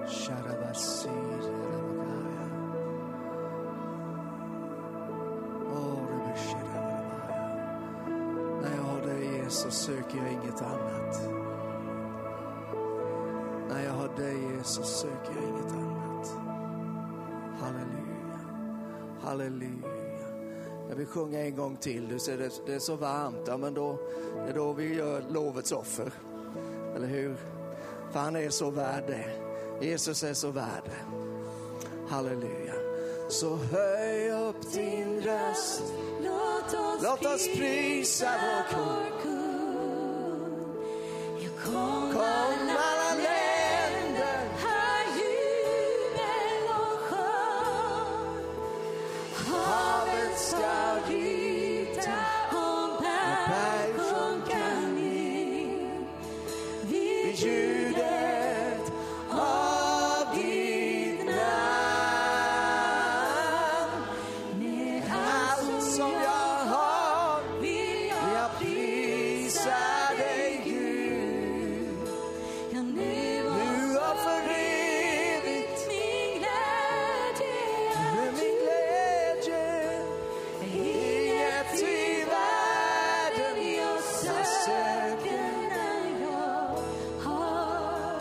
När jag har dig Jesus söker jag inget annat. När jag har dig Jesus söker jag inget annat. Halleluja. Halleluja. Jag vill sjunga en gång till. Du ser det är så varmt. Ja, men det är då vi gör lovets offer. Eller hur? För han är så värd det. Jesus är så värd det. Halleluja. Så höj upp din röst. Låt oss prisa vår kung. Kom alla länder. Hör jubel och sjung. Havet ska ryta och berg sjunka ner. Vid ljudet av ditt namn. Med allt som jag har vill jag prisa dig, Gud. Ja, nu och för evigt min glädje. Inget i världen jag söker när jag har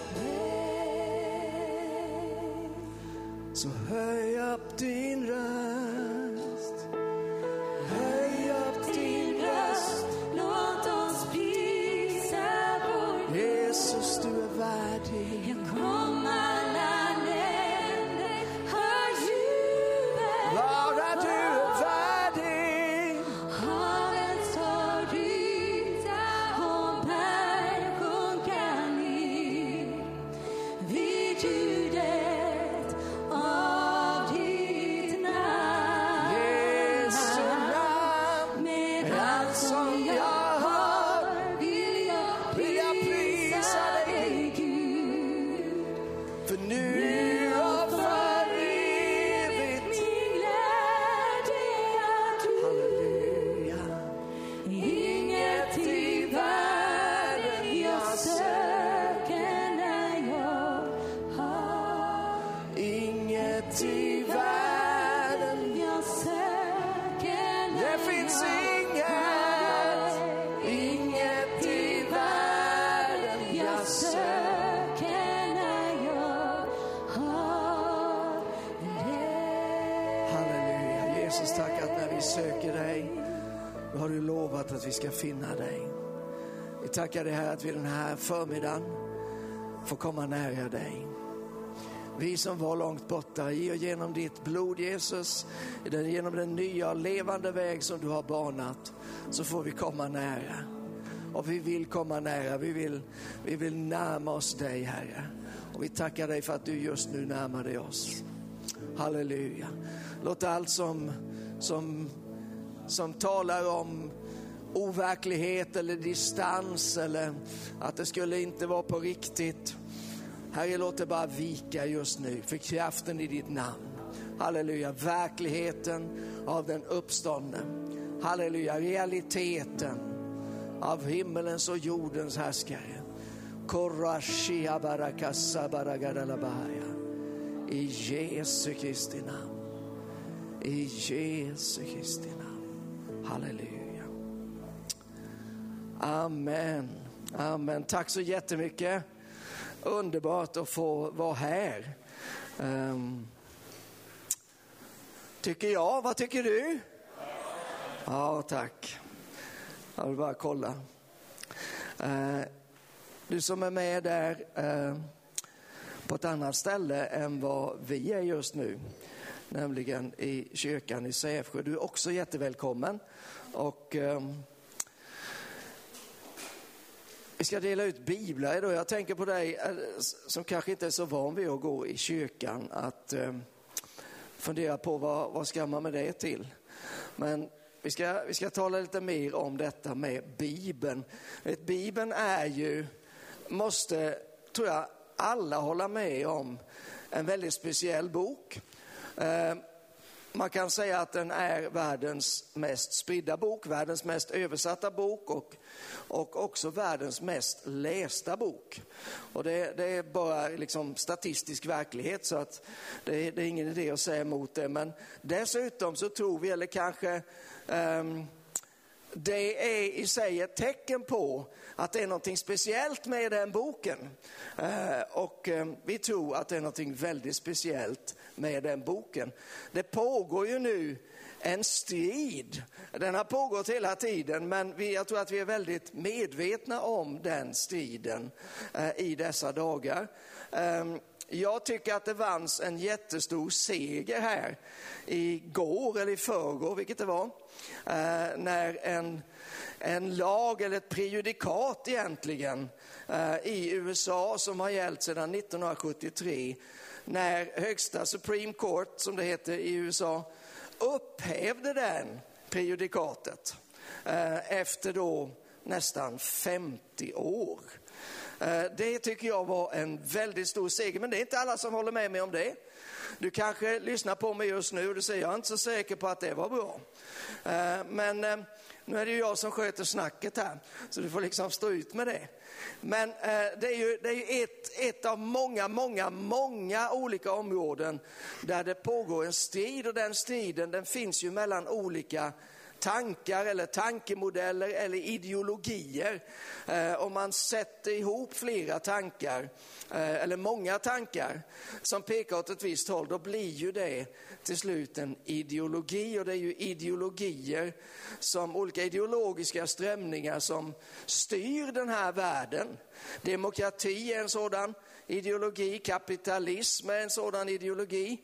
dig. Så höj upp din röst. Höj upp din röst. Låt oss prisa vår Jesus, du är värdig. Ja, kom alla länder, hör jubel. Bara du är värdig. Havet ska ryta och berg sjunka ner. Vid ljudet av ditt namn. Jesu namn. Med allt som jag har vill jag prisa dig, Gud. För nu och för evigt. Min glädje är du. Halleluja. Inget i världen jag söker när jag har. Inget i världen. Jag söker när Det finns inget i världen jag söker när jag har dig. Halleluja. Jesus, tack att när vi söker dig, då har du lovat att vi ska finna dig. Vi tackar dig här att vi den här förmiddagen får komma nära dig. Vi som var långt borta, i och genom ditt blod, Jesus, genom den nya och levande väg som du har banat, så får vi komma nära. Och vi vill komma nära, vi vill närma oss dig, Herre. Och vi tackar dig för att du just nu närmar dig oss. Halleluja. Låt allt som talar om overklighet eller distans eller att det skulle inte vara på riktigt, Herre, låt det bara vika just nu för kraften i ditt namn. Halleluja. Verkligheten av den uppståndne. Halleluja. Realiteten av himmelens och jordens härskare. Korashia barakassa baragadalabaya. I Jesu Kristi namn. I Jesu Kristi namn. Halleluja. Amen. Amen. Tack så jättemycket. Underbart att få vara här. Tycker jag. Vad tycker du? Ja, tack. Jag vill bara kolla. Du som är med där på ett annat ställe än vad vi är just nu, nämligen i kyrkan i Sävsjö. Du är också jättevälkommen. Och vi ska dela ut biblar idag. Jag tänker på dig som kanske inte är så van vid att gå i kyrkan, att fundera på vad ska man med det till. Men vi ska tala lite mer om detta med Bibeln. Bibeln är ju, måste, tror jag, alla hålla med om, en väldigt speciell bok. Man kan säga att den är världens mest spridda bok, världens mest översatta bok och också världens mest lästa bok. Och det är bara liksom statistisk verklighet, så att det är ingen idé att säga emot det. Men dessutom så tror vi, eller kanske det är i sig ett tecken på att det är något speciellt med den boken. Och vi tror att det är något väldigt speciellt med den boken. Det pågår ju nu en strid. Den har pågått hela tiden, men jag tror att vi är väldigt medvetna om den striden i dessa dagar. Jag tycker att det vanns en jättestor seger här igår eller i förrgår, vilket det var, när en lag eller ett prejudikat egentligen i USA som har gällt sedan 1973, när högsta Supreme Court, som det heter i USA, upphävde den prejudikatet efter då nästan 50 år. Det tycker jag var en väldigt stor seger, men det är inte alla som håller med mig om det. Du kanske lyssnar på mig just nu och du säger, jag är inte så säker på att det var bra. Men nu är det ju jag som sköter snacket här, så du får liksom stå ut med det. Men det är ju ett av många olika områden där det pågår en strid, och den striden den finns ju mellan olika tankar eller tankemodeller eller ideologier. Om man sätter ihop flera tankar eller många tankar som pekar åt ett visst håll, då blir ju det till slut en ideologi. Och det är ju ideologier, som olika ideologiska strömningar som styr den här världen. Demokrati är en sådan ideologi, kapitalism är en sådan ideologi.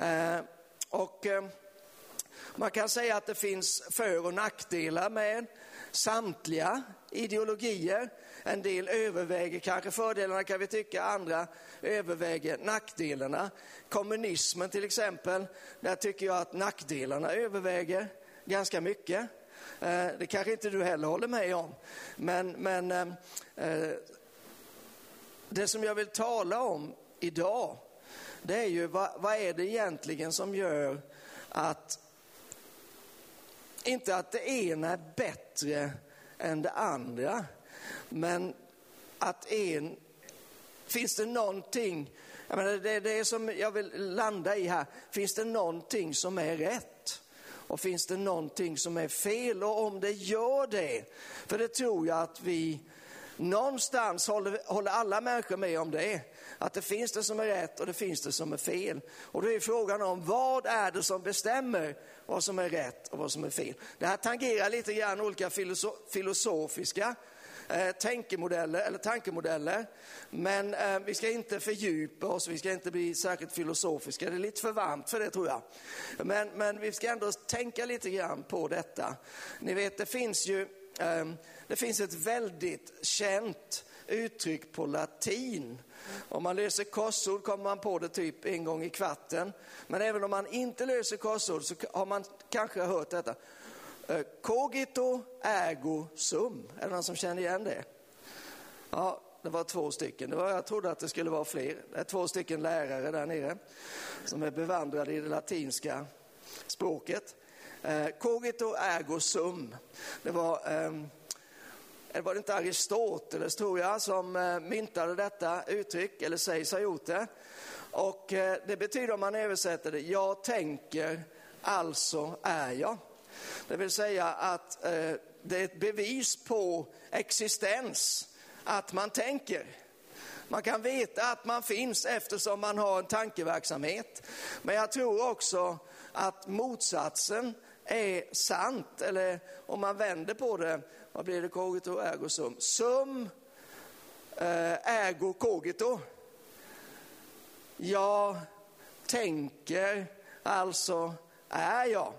Man kan säga att det finns för- och nackdelar med samtliga ideologier. En del överväger kanske fördelarna, kan vi tycka, andra överväger nackdelarna. Kommunismen till exempel, där tycker jag att nackdelarna överväger ganska mycket. Det kanske inte du heller håller med om. Men det som jag vill tala om idag, det är ju vad är det egentligen som gör att inte att det ena är bättre än det andra, men att finns det någonting, jag menar, det är som jag vill landa i här, finns det någonting som är rätt och finns det någonting som är fel? Och om det gör det, för det tror jag att vi någonstans håller alla människor med om det, att det finns det som är rätt och det finns det som är fel. Och då är frågan om vad är det som bestämmer vad som är rätt och vad som är fel. Det här tangerar lite grann olika filosofiska tankemodeller, men vi ska inte fördjupa oss, vi ska inte bli särskilt filosofiska, det är lite för varmt för det tror jag. Men vi ska ändå tänka lite grann på detta. Ni vet, det finns ett väldigt känt uttryck på latin. Om man löser korsord kommer man på det typ en gång i kvarten. Men även om man inte löser korsord så har man kanske hört detta. Cogito ergo sum. Är det någon som känner igen det? Ja, det var 2 stycken. Jag trodde att det skulle vara fler. Det är 2 stycken lärare där nere som är bevandrade i det latinska språket. Cogito ergo sum. Det var inte Aristoteles, tror jag, som myntade detta uttryck, eller sägs ha gjort det. Och det betyder, om man översätter det, jag tänker, alltså är jag. Det vill säga att det är ett bevis på existens att man tänker. Man kan veta att man finns eftersom man har en tankeverksamhet. Men jag tror också att motsatsen är sant, eller om man vänder på det, vad blir det? Cogito ergo sum. Sum ergo cogito. Jag tänker, alltså är jag.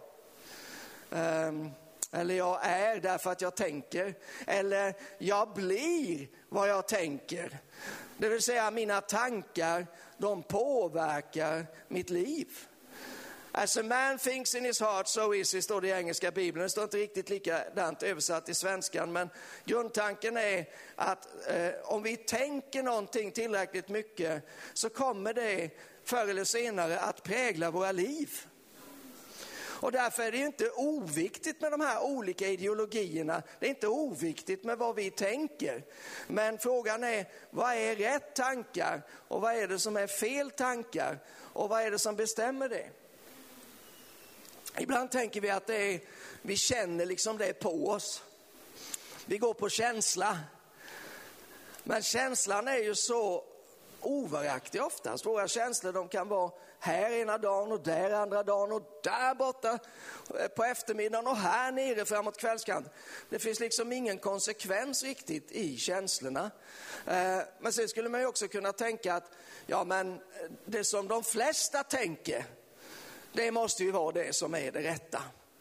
Eller jag är därför att jag tänker. Eller jag blir vad jag tänker. Det vill säga, mina tankar, de påverkar mitt liv. As a man thinks in his heart, so is he, står det i engelska bibeln. Det står inte riktigt likadant översatt i svenskan, men grundtanken är att om vi tänker någonting tillräckligt mycket så kommer det förr eller senare att prägla våra liv. Och därför är det ju inte oviktigt med de här olika ideologierna. Det är inte oviktigt med vad vi tänker. Men frågan är, vad är rätt tankar? Och vad är det som är fel tankar? Och vad är det som bestämmer det? Ibland tänker vi att vi känner liksom det på oss. Vi går på känsla. Men känslan är ju så overaktig oftast. Våra känslor, de kan vara här ena dagen och där andra dagen och där borta på eftermiddagen och här nere framåt kvällskant. Det finns liksom ingen konsekvens riktigt i känslorna. Men sen skulle man ju också kunna tänka att men det som de flesta tänker, det måste ju vara det som är det rätta.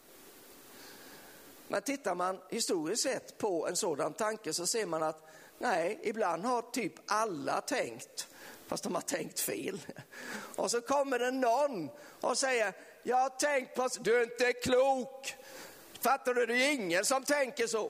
Men tittar man historiskt sett på en sådan tanke så ser man att nej, ibland har typ alla tänkt, fast de har tänkt fel. Och så kommer det någon och säger, jag har tänkt på, du är inte klok. Fattar du, det är ingen som tänker så.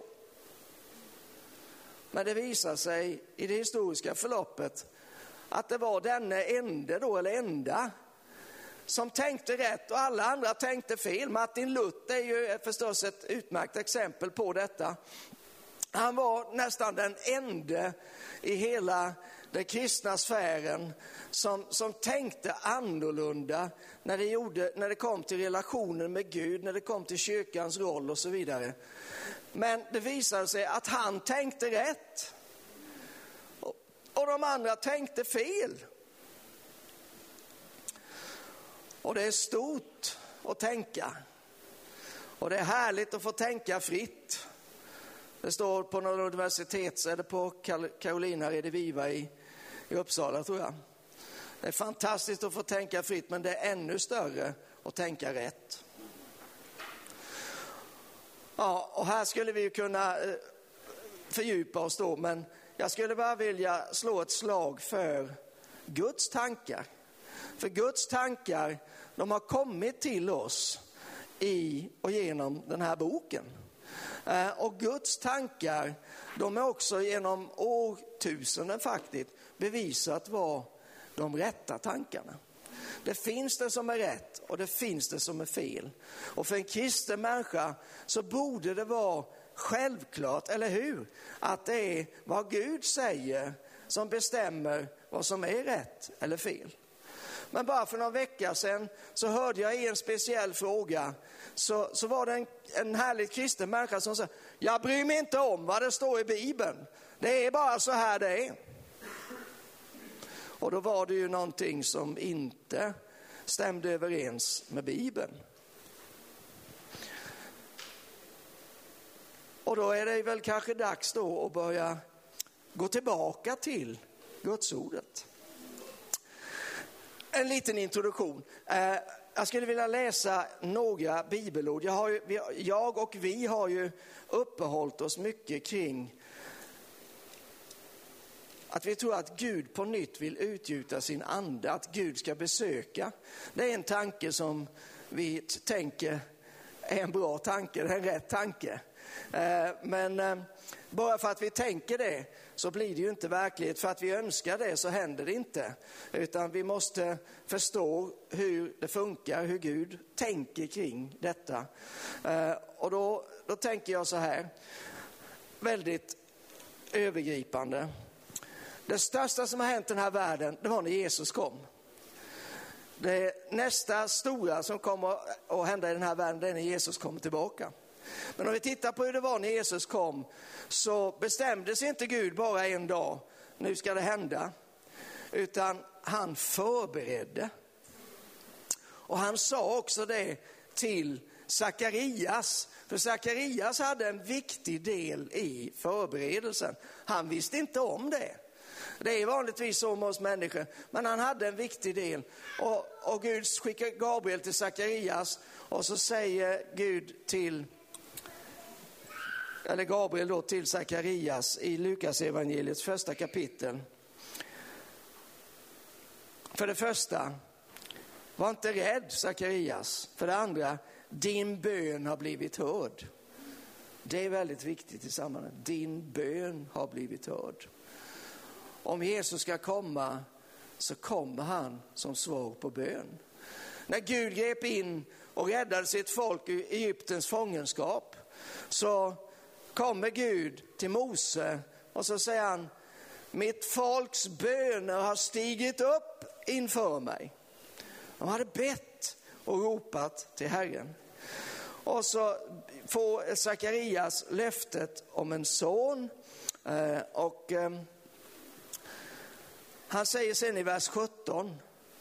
Men det visar sig i det historiska förloppet att det var denne enda som tänkte rätt och alla andra tänkte fel. Martin Luther är ju förstås ett utmärkt exempel på detta. Han var nästan den enda i hela den kristna sfären som tänkte annorlunda när det kom till relationen med Gud, när det kom till kyrkans roll och så vidare. Men det visade sig att han tänkte rätt och de andra tänkte fel. Och det är stort att tänka. Och det är härligt att få tänka fritt. Det står på någon universitet, eller på Carolina Rediviva i Uppsala tror jag. Det är fantastiskt att få tänka fritt, men det är ännu större att tänka rätt. Ja, och här skulle vi ju kunna fördjupa oss då, men jag skulle bara vilja slå ett slag för Guds tankar. För Guds tankar, de har kommit till oss i och genom den här boken. Och Guds tankar, de är också genom årtusenden faktiskt bevisat vara de rätta tankarna. Det finns det som är rätt och det finns det som är fel. Och för en kristen människa så borde det vara självklart, eller hur? Att det är vad Gud säger som bestämmer vad som är rätt eller fel. Men bara för någon vecka sedan så hörde jag i en speciell fråga så var det en härligt kristen människa som sa, jag bryr mig inte om vad det står i Bibeln. Det är bara så här det är. Och då var det ju någonting som inte stämde överens med Bibeln. Och då är det väl kanske dags då att börja gå tillbaka till Guds ordet. En liten introduktion. Jag skulle vilja läsa några bibelord. Jag och vi har ju uppehållit oss mycket kring att vi tror att Gud på nytt vill utgjuta sin ande, att Gud ska besöka. Det är en tanke som vi tänker är en bra tanke, det är en rätt tanke. Men bara för att vi tänker det så blir det ju inte verklighet. För att vi önskar det så händer det inte. Utan vi måste förstå hur det funkar, hur Gud tänker kring detta. Och då tänker jag så här, väldigt övergripande. Det största som har hänt i den här världen, det var när Jesus kom. Det nästa stora som kommer att hända i den här världen, det är när Jesus kommer tillbaka. Men om vi tittar på hur det var när Jesus kom, så bestämde sig inte Gud bara en dag, nu ska det hända, utan han förberedde. Och han sa också det till Sakarias, för Sakarias hade en viktig del i förberedelsen. Han visste inte om det. Det är vanligtvis så med oss människor, men han hade en viktig del. Och Gud skickar Gabriel till Sakarias och så säger Gud Gabriel då till Sakarias i Lukas evangeliets första kapitel. För det första, var inte rädd Sakarias. För det andra, din bön har blivit hörd. Det är väldigt viktigt i sammanhanget. Din bön har blivit hörd. Om Jesus ska komma så kommer han som svar på bön. När Gud grep in och räddade sitt folk ur Egyptens fångenskap, så kommer Gud till Mose och så säger han: mitt folks böner har stigit upp inför mig. De hade bett och ropat till Herren. Och så får Sakarias löftet om en son. Och han säger sen i vers 17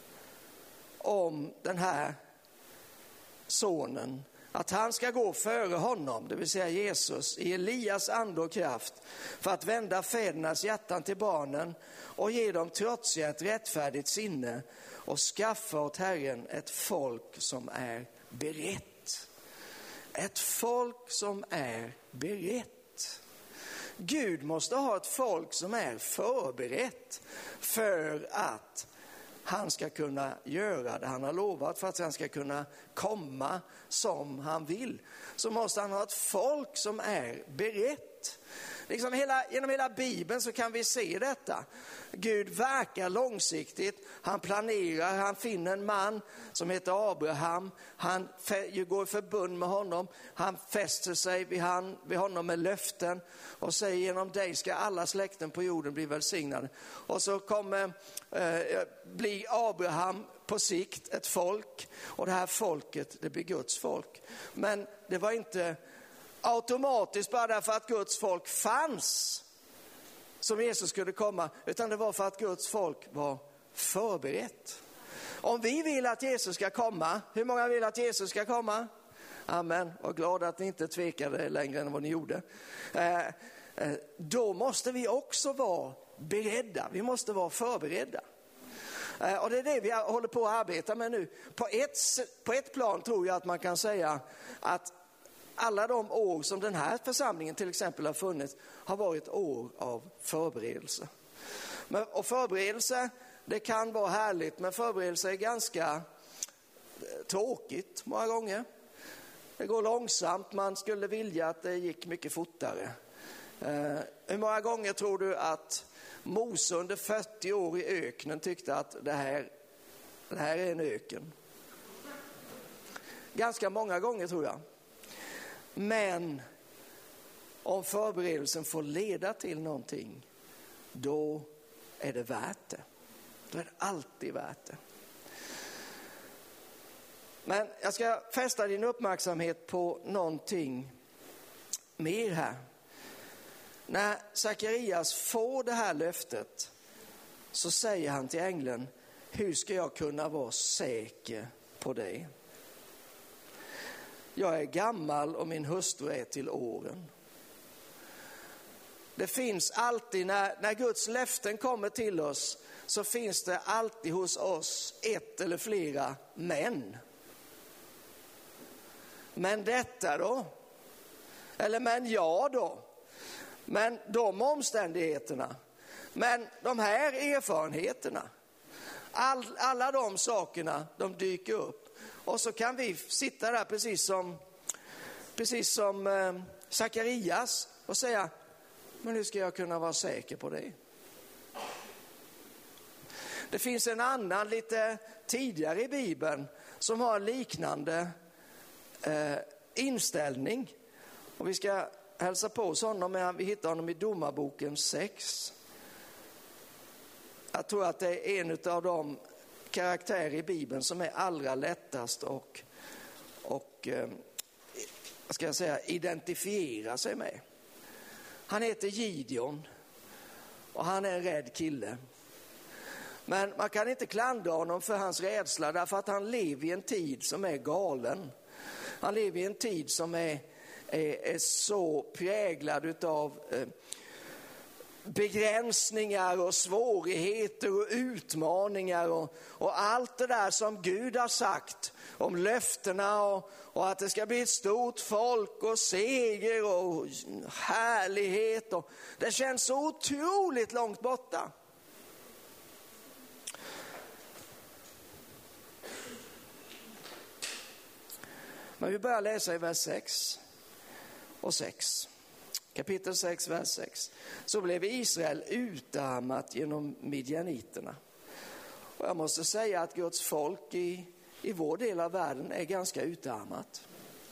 om den här sonen att han ska gå före honom, det vill säga Jesus, i Elias ande och kraft, för att vända fädernas hjärtan till barnen och ge dem trotsiga ett rättfärdigt sinne och skaffa åt Herren ett folk som är berett. Ett folk som är berett. Gud måste ha ett folk som är förberett för att han ska kunna göra det han har lovat, för att han ska kunna komma som han vill. Så måste han ha ett folk som är berett. Liksom genom hela Bibeln så kan vi se detta. Gud verkar långsiktigt, han planerar, han finner en man som heter Abraham, han går i förbund med honom, han fäster sig vid honom med löften och säger: genom dig ska alla släkten på jorden bli välsignade. Och så kommer bli Abraham på sikt ett folk, och det här folket, det blir Guds folk. Men det var inte automatiskt bara därför att Guds folk fanns som Jesus skulle komma, utan det var för att Guds folk var förberett. Om vi vill att Jesus ska komma, hur många vill att Jesus ska komma? Amen, och glad att ni inte tvekade längre än vad ni gjorde. Då måste vi också vara beredda, vi måste vara förberedda. Och det är det vi håller på att arbeta med nu. På ett plan tror jag att man kan säga att alla de år som den här församlingen till exempel har funnits har varit år av förberedelse. Och förberedelse, det kan vara härligt, men förberedelse är ganska tråkigt många gånger. Det går långsamt, man skulle vilja att det gick mycket fortare. Hur många gånger tror du att Mose under 40 år i öknen tyckte att det här är en öken? Ganska många gånger tror jag. Men om förberedelsen får leda till någonting, då är det värt det. Då är det alltid värt det. Men jag ska fästa din uppmärksamhet på någonting mer här. När Sakarias får det här löftet så säger han till ängeln: hur ska jag kunna vara säker på det? Jag är gammal och min hustru är till åren. Det finns alltid, när Guds löften kommer till oss, så finns det alltid hos oss ett eller flera men. Men detta då? Eller men jag då? Men de omständigheterna? Men de här erfarenheterna? Alla de sakerna, de dyker upp. Och så kan vi sitta där precis som Sakarias och säga: men hur ska jag kunna vara säker på det? Det finns en annan lite tidigare i Bibeln som har en liknande inställning. Och vi ska hälsa på hos honom, men vi hittar honom i Domarboken 6. Jag tror att det är en av de karaktärer i Bibeln som är allra lättast och ska jag säga, identifiera sig med. Han heter Gideon och han är en rädd kille. Men man kan inte klandra honom för hans rädsla, därför att han lever i en tid som är galen. Han lever i en tid som är så präglad av begränsningar och svårigheter och utmaningar och allt det där som Gud har sagt om löftena och att det ska bli ett stort folk och seger och härlighet. Och det känns så otroligt långt borta. Men vi börjar läsa i vers 6 och 6. Kapitel 6, vers 6. Så blev Israel utarmat genom midjaniterna. Och jag måste säga att Guds folk i i vår del av världen är ganska utarmat.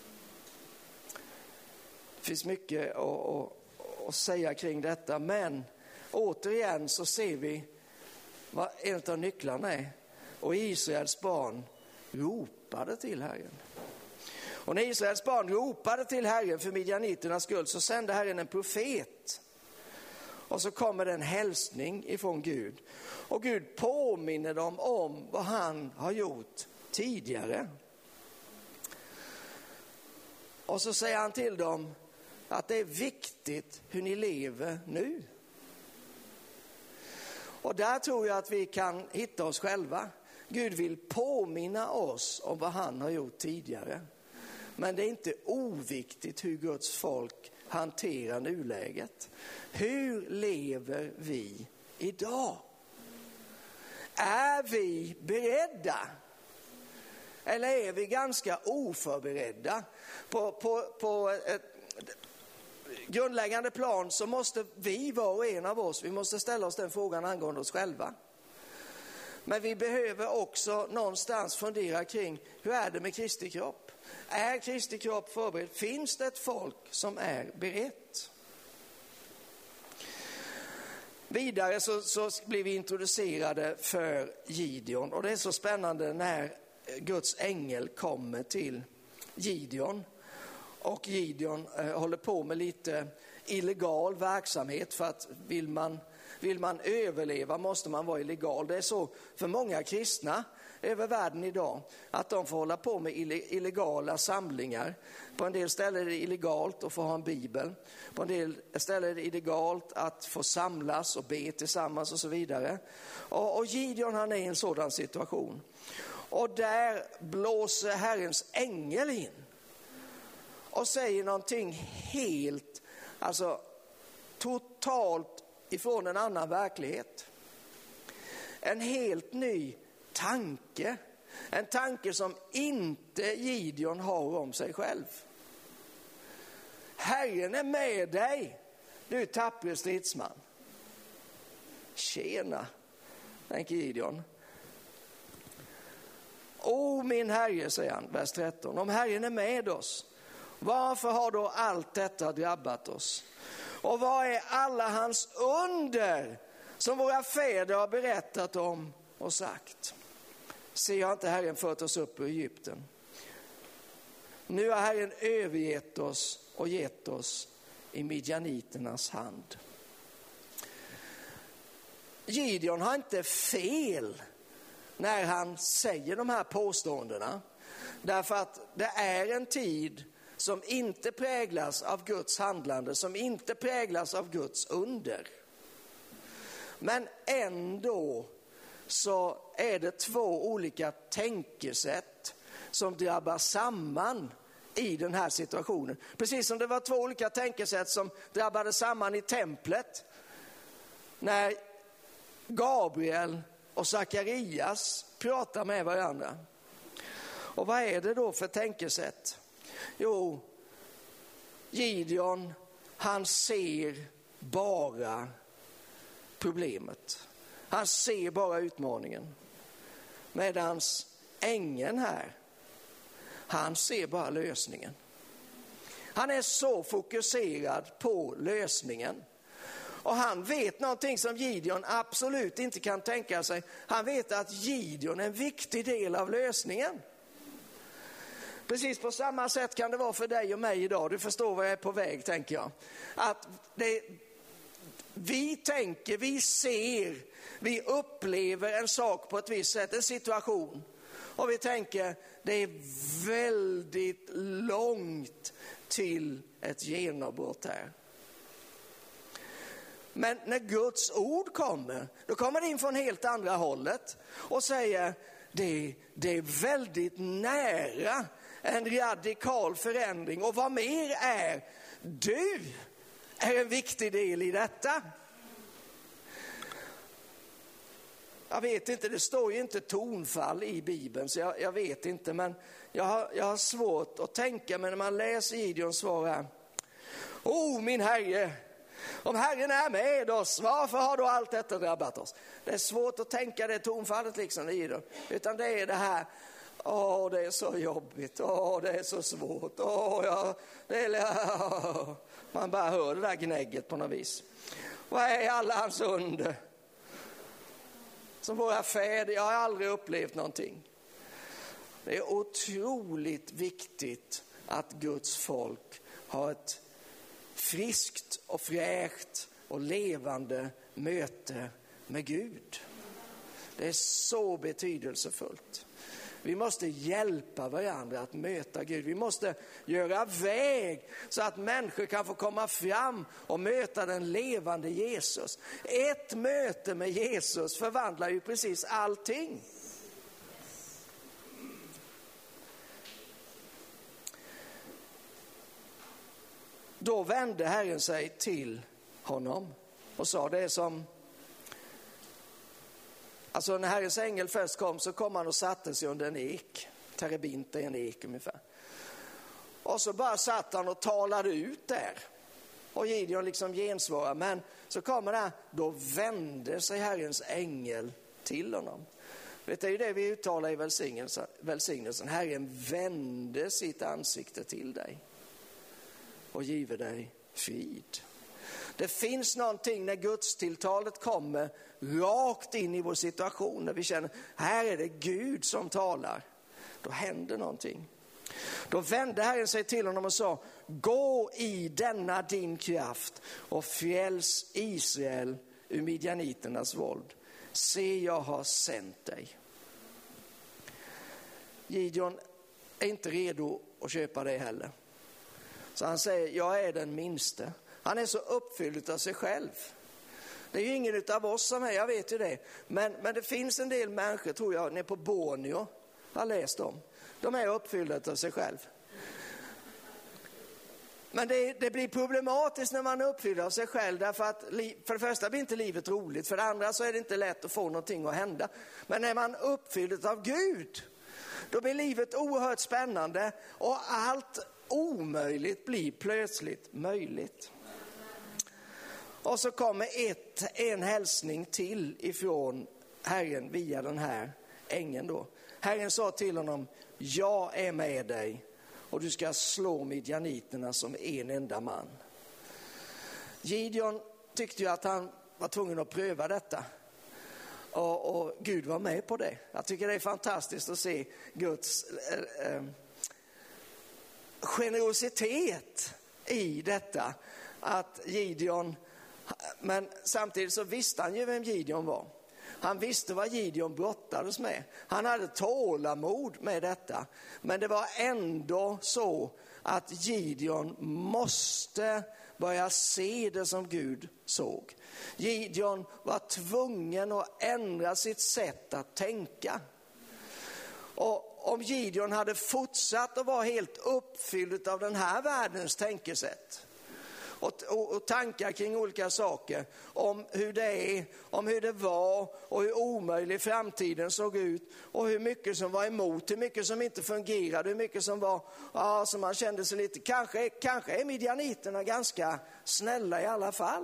Det finns mycket att säga kring detta, men återigen så ser vi vad en av nycklarna är. Och Israels barn ropade till Herren. Och när Israels barn ropade till Herren för midjaniternas skull så sände Herren en profet. Och så kommer det en hälsning ifrån Gud. Och Gud påminner dem om vad han har gjort tidigare. Och så säger han till dem att det är viktigt hur ni lever nu. Och där tror jag att vi kan hitta oss själva. Gud vill påminna oss om vad han har gjort tidigare. Men det är inte oviktigt hur Guds folk hanterar nuläget. Hur lever vi idag? Är vi beredda? Eller är vi ganska oförberedda? På ett grundläggande plan så måste vi, var och en av oss, vi måste ställa oss den frågan angående oss själva. Men vi behöver också någonstans fundera kring, hur är det med Kristi kropp? Är Kristi kropp förberedd? Finns det ett folk som är berett? Vidare så blir vi introducerade för Gideon. Och det är så spännande när Guds ängel kommer till Gideon. Och Gideon håller på med lite illegal verksamhet, för att vill man överleva måste man vara illegal. Det är så för många kristna över världen idag, att de får hålla på med illegala samlingar. På en del ställen är det illegalt att få ha en bibel. På en del ställen är det illegalt att få samlas och be tillsammans och så vidare. Och Gideon, han är i en sådan situation. Och där blåser Herrens ängel in och säger någonting helt, alltså totalt ifrån en annan verklighet. En helt ny tanke. En tanke som inte Gideon har om sig själv. Herren är med dig, du tappre stridsman. Tjena, tänker Gideon. O min Herre, säger han, vers 13. Om Herren är med oss, varför har då allt detta drabbat oss? Och vad är alla hans under som våra fäder har berättat om och sagt? Se, har inte Herren fört oss upp ur Egypten? Nu har Herren övergett oss och gett oss i midjaniternas hand. Gideon har inte fel när han säger de här påståendena. Därför att det är en tid som inte präglas av Guds handlande, som inte präglas av Guds under. Men ändå så är det två olika tänkesätt som drabbar samman i den här situationen. Precis som det var två olika tänkesätt som drabbade samman i templet när Gabriel och Sakarias pratar med varandra. Och vad är det då för tänkesätt? Jo, Gideon, han ser bara problemet. Han ser bara utmaningen. Medans ängeln här, han ser bara lösningen. Han är så fokuserad på lösningen. Och han vet någonting som Gideon absolut inte kan tänka sig. Han vet att Gideon är en viktig del av lösningen. Precis på samma sätt kan det vara för dig och mig idag. Du förstår vad jag är på väg, tänker jag. Att vi tänker, vi ser, vi upplever en sak på ett visst sätt, en situation. Och vi tänker, det är väldigt långt till ett genombrott här. Men när Guds ord kommer, då kommer det in från helt andra hållet och säger, det är väldigt nära en radikal förändring. Och vad mer är, du är en viktig del i detta. Jag vet inte, det står ju inte tonfall i Bibeln, så jag vet inte. Men jag har svårt att tänka mig när man läser Gideons svar här. O min Herre, om Herren är med oss, varför har då allt detta drabbat oss? Det är svårt att tänka det tonfallet liksom i Gideon. Utan det är det här, Det är så jobbigt. Det är så svårt. Man bara hör det där gnägget på något vis. Vad är alla hans under? Som våra fäder, jag har aldrig upplevt någonting. Det är otroligt viktigt att Guds folk har ett friskt och fräscht och levande möte med Gud. Det är så betydelsefullt. Vi måste hjälpa varandra att möta Gud. Vi måste göra väg så att människor kan få komma fram och möta den levande Jesus. Ett möte med Jesus förvandlar ju precis allting. Då vände Herren sig till honom och sa det som... Alltså när Herrens ängel först kom så kom han och satte sig under en ek. Terebint är en ek ungefär. Och så bara satt han och talade ut där. Och Gideon liksom gensvarade. Men så kommer det här, då vände sig Herrens ängel till honom. Vet du, det är ju det vi uttalar i välsignelsen. Herren vände sitt ansikte till dig och giver dig frid. Det finns någonting när Guds tilltalet kommer rakt in i vår situation. När vi känner, här är det Gud som talar. Då händer någonting. Då vände Herren sig till honom och sa, gå i denna din kraft och fräls Israel ur midjaniternas våld. Se, jag har sänt dig. Gideon är inte redo att köpa det heller. Så han säger, jag är den minste. Han är så uppfylld av sig själv. Det är ju ingen av oss som är, jag vet ju det. Men det finns en del människor, tror jag, nere på Borneo, jag har läst om. De är uppfyllda av sig själv. Men det blir problematiskt när man är uppfylld av sig själv. Därför att för det första blir inte livet roligt. För det andra så är det inte lätt att få någonting att hända. Men när man är uppfylld av Gud, då blir livet oerhört spännande. Och allt omöjligt blir plötsligt möjligt. Och så kommer en hälsning till ifrån Herren via den här ängeln då. Herren sa till honom, jag är med dig och du ska slå midjaniterna som en enda man. Gideon tyckte ju att han var tvungen att pröva detta. Och Gud var med på det. Jag tycker det är fantastiskt att se Guds generositet i detta. Att Gideon, men samtidigt så visste han ju vem Gideon var. Han visste vad Gideon brottades med. Han hade tålamod med detta. Men det var ändå så att Gideon måste börja se det som Gud såg. Gideon var tvungen att ändra sitt sätt att tänka. Och om Gideon hade fortsatt att vara helt uppfylld av den här världens tänkesätt och tankar kring olika saker om hur det är, om hur det var och hur omöjlig framtiden såg ut och hur mycket som var emot, hur mycket som inte fungerade, hur mycket som var, som man kände sig lite, kanske är midjaniterna ganska snälla i alla fall.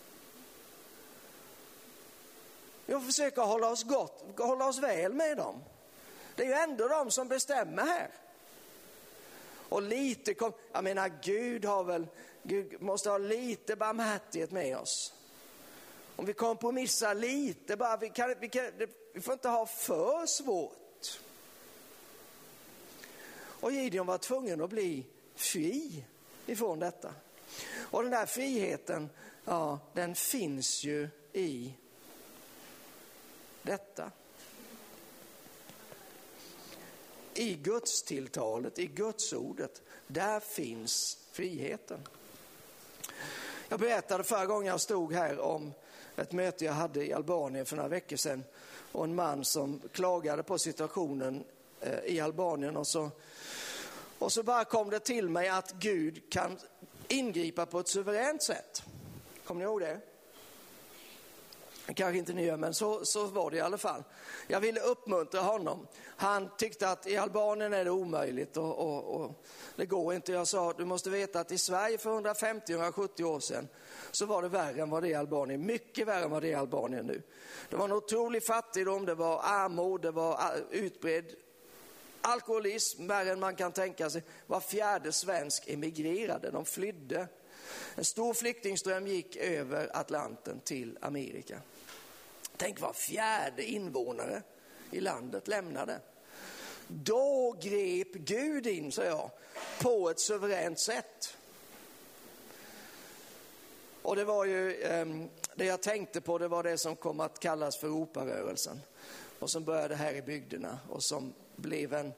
Vi försöker hålla oss väl med dem. Det är ju ändå de som bestämmer här. Och lite Gud måste ha lite barmhärtighet med oss. Om vi kompromissar lite, bara vi får inte ha för svårt. Och Gideon var tvungen att bli fri ifrån detta. Och den där friheten, den finns ju i detta. I Guds tilltalet, i Guds ordet, där finns friheten. Jag berättade förra gången jag stod här om ett möte jag hade i Albanien för några veckor sedan. Och en man som klagade på situationen i Albanien. Och så bara kom det till mig att Gud kan ingripa på ett suveränt sätt. Kommer ni ihåg det? Kanske inte ni gör, men så var det i alla fall. Jag ville uppmuntra honom. Han tyckte att i Albanien är det omöjligt och det går inte. Jag sa, du måste veta att i Sverige för 150-170 år sedan så var det värre än vad det är i Albanien. Mycket värre än vad det är i Albanien nu. Det var en otrolig fattigdom, det var armod, det var utbredd alkoholism, värre än man kan tänka sig. Var fjärde svensk emigrerade, de flydde. En stor flyktingström gick över Atlanten till Amerika. Tänk, var fjärde invånare i landet lämnade. Då grep Gud in, så jag, på ett suveränt sätt. Och det var ju det jag tänkte på, det var det som kom att kallas för Europarörelsen. Och som började här i bygderna och som blev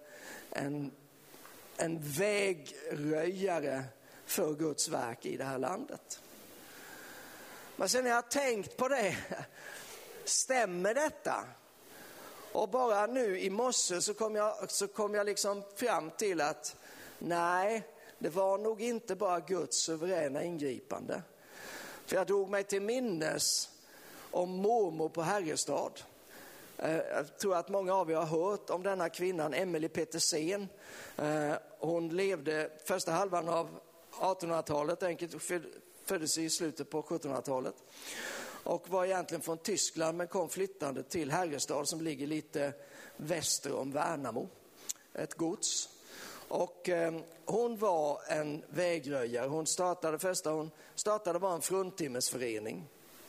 en vägröjare för Guds verk i det här landet. Men sen när jag har tänkt på det, stämmer detta? Och bara nu i morse så kom jag liksom fram till att nej, det var nog inte bara Guds suveräna ingripande. För jag drog mig till minnes om mormor på Herrestad. Jag tror att många av er har hört om denna kvinnan, Emelie Petersen. Hon levde första halvan av 1800-talet, enkelt föddes i slutet på 1700-talet. Och var egentligen från Tyskland men kom flyttande till Herrestad som ligger lite väster om Värnamo. Ett gods. Och hon var en vägröjare. Hon startade bara en fruntimmesförening.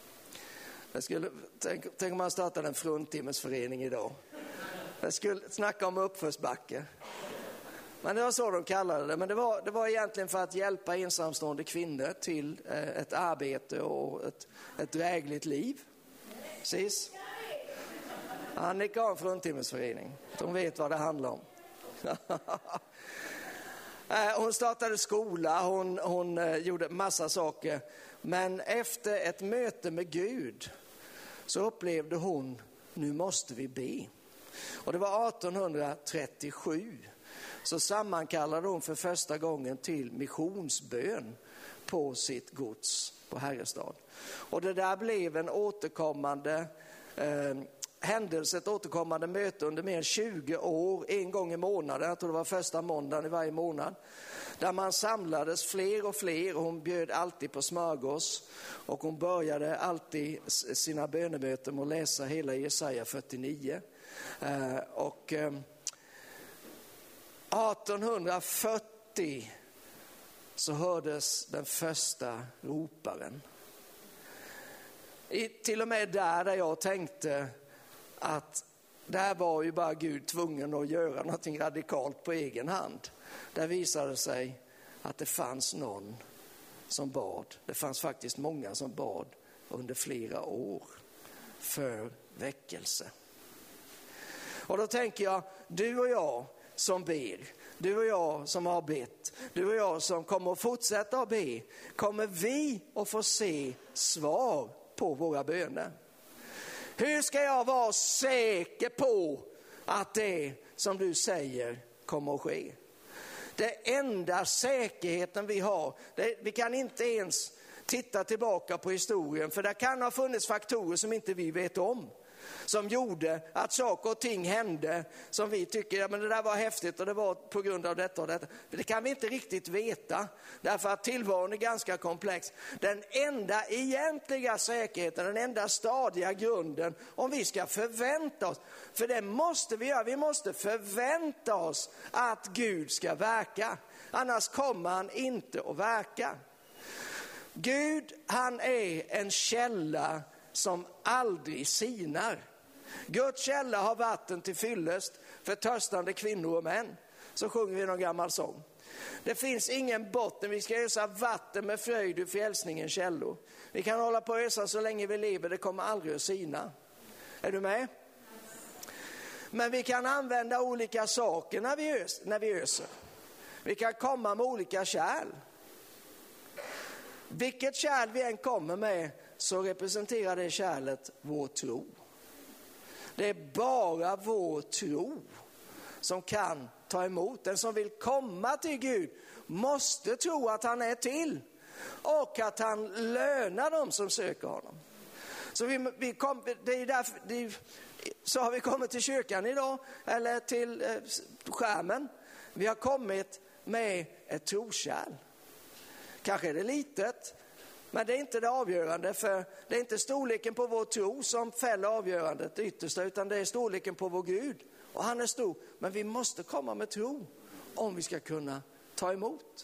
Tänk om man startade en fruntimmesförening idag. Jag skulle snacka om uppförsbacke. Men det var så de kallade det. Men det var egentligen för att hjälpa ensamstående kvinnor till ett arbete och ett drägligt liv. Precis. Annika har en fruntimmesförening. De vet vad det handlar om. Hon startade skola, hon gjorde massa saker. Men efter ett möte med Gud så upplevde hon, nu måste vi be. Och det var 1837 så sammankallade hon för första gången till missionsbön på sitt gods på Herrestad. Och det där blev en återkommande händelse, ett återkommande möte under mer än 20 år, en gång i månaden. Jag tror det var första måndagen i varje månad. Där man samlades fler och fler och hon bjöd alltid på smörgås. Och hon började alltid sina bönemöten med att läsa hela Jesaja 49. Och 1840 så hördes den första roparen. Till och med där jag tänkte att där var ju bara Gud tvungen att göra någonting radikalt på egen hand. Där visade det sig att det fanns någon som bad. Det fanns faktiskt många som bad under flera år för väckelse. Och då tänker jag, du och jag som ber, du och jag som har bett, du och jag som kommer att fortsätta att be, kommer vi att få se svar på våra böner. Hur ska jag vara säker på att det som du säger kommer att ske? Det enda säkerheten vi har, vi kan inte ens titta tillbaka på historien, för det kan ha funnits faktorer som inte vi vet om. Som gjorde att saker och ting hände som vi tycker, ja, men det där var häftigt och det var på grund av detta och detta. Det kan vi inte riktigt veta, därför att tillvaron är ganska komplex. Den enda egentliga säkerheten, den enda stadiga grunden, om vi ska förvänta oss, för det måste vi göra, vi måste förvänta oss att Gud ska verka. Annars kommer han inte att verka. Gud, han är en källa som aldrig sinar. Guds källa har vatten till fyllest för törstande kvinnor och män. Så sjunger vi någon gammal sång. Det finns ingen botten, vi ska ösa vatten med fröjd ur frälsningens källor. Vi kan hålla på att ösa så länge vi lever, det kommer aldrig att sina. Är du med? Men vi kan använda olika saker när vi öser. Vi kan komma med olika kärl. Vilket kärl vi än kommer med så representerar det kärlet vår tro. Det är bara vår tro som kan ta emot. Den som vill komma till Gud måste tro att han är till och att han lönar dem som söker honom. Så så har vi kommit till kyrkan idag, eller till skärmen. Vi har kommit med ett trokärl. Kanske är det litet, men det är inte det avgörande, för det är inte storleken på vår tro som fäller avgörandet yttersta, utan det är storleken på vår Gud Och han är stor, men vi måste komma med tro om vi ska kunna ta emot.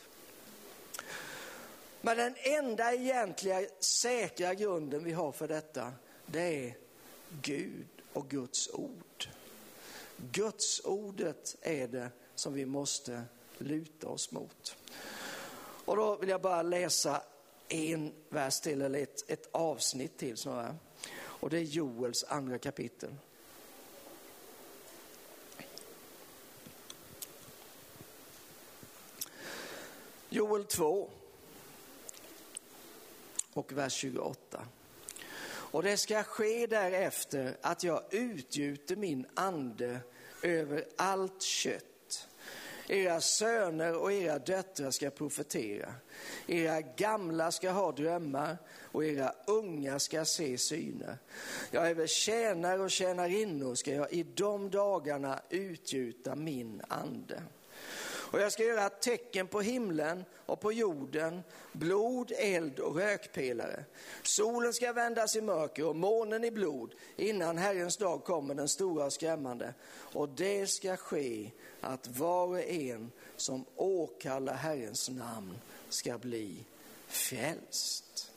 Men den enda egentliga säkra grunden vi har för detta, det är Gud och Guds ord. Guds ordet är det som vi måste luta oss mot. Och då vill jag bara läsa en vers till, eller ett avsnitt till snarare. Och det är Joels andra kapitel. Joel 2 och vers 28. Och det ska ske därefter att jag utgjuter min ande över allt kött. Era söner och era döttrar ska profetera. Era gamla ska ha drömmar och era unga ska se syner. Ja, över tjänare och tjänarinnor ska jag i de dagarna utgjuta min ande. Och jag ska göra tecken på himlen och på jorden, blod, eld och rökpelare. Solen ska vändas i mörker och månen i blod innan Herrens dag kommer, den stora och skrämmande. Och det ska ske att var och en som åkallar Herrens namn ska bli frälst.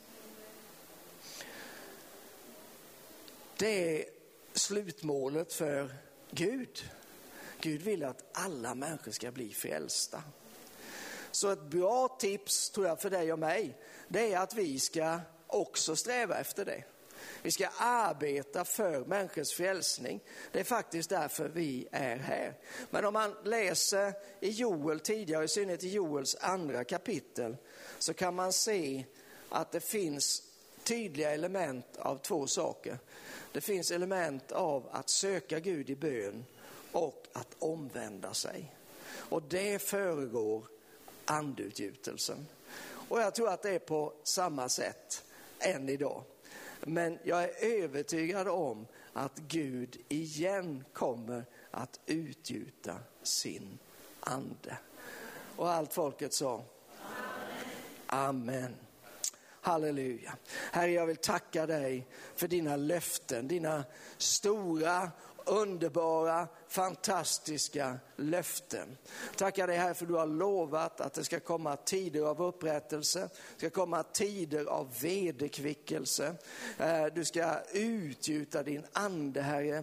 Det är slutmålet för Gud. Gud vill att alla människor ska bli frälsta. Så ett bra tips tror jag för dig och mig, det är att vi ska också sträva efter det. Vi ska arbeta för människors frälsning. Det är faktiskt därför vi är här. Men om man läser i Joel tidigare, i synnerhet i Joels andra kapitel, så kan man se att det finns tydliga element av två saker. Det finns element av att söka Gud i bön och att omvända sig. Och det föregår andutgjutelsen. Och jag tror att det är på samma sätt än idag. Men jag är övertygad om att Gud igen kommer att utgjuta sin ande. Och allt folket sa Amen. Halleluja. Herre, jag vill tacka dig för dina löften, dina stora, underbara, fantastiska löften. Tackar dig här för du har lovat att det ska komma tider av upprättelse, ska komma tider av vederkvickelse. Du ska utgjuta din ande, Herre,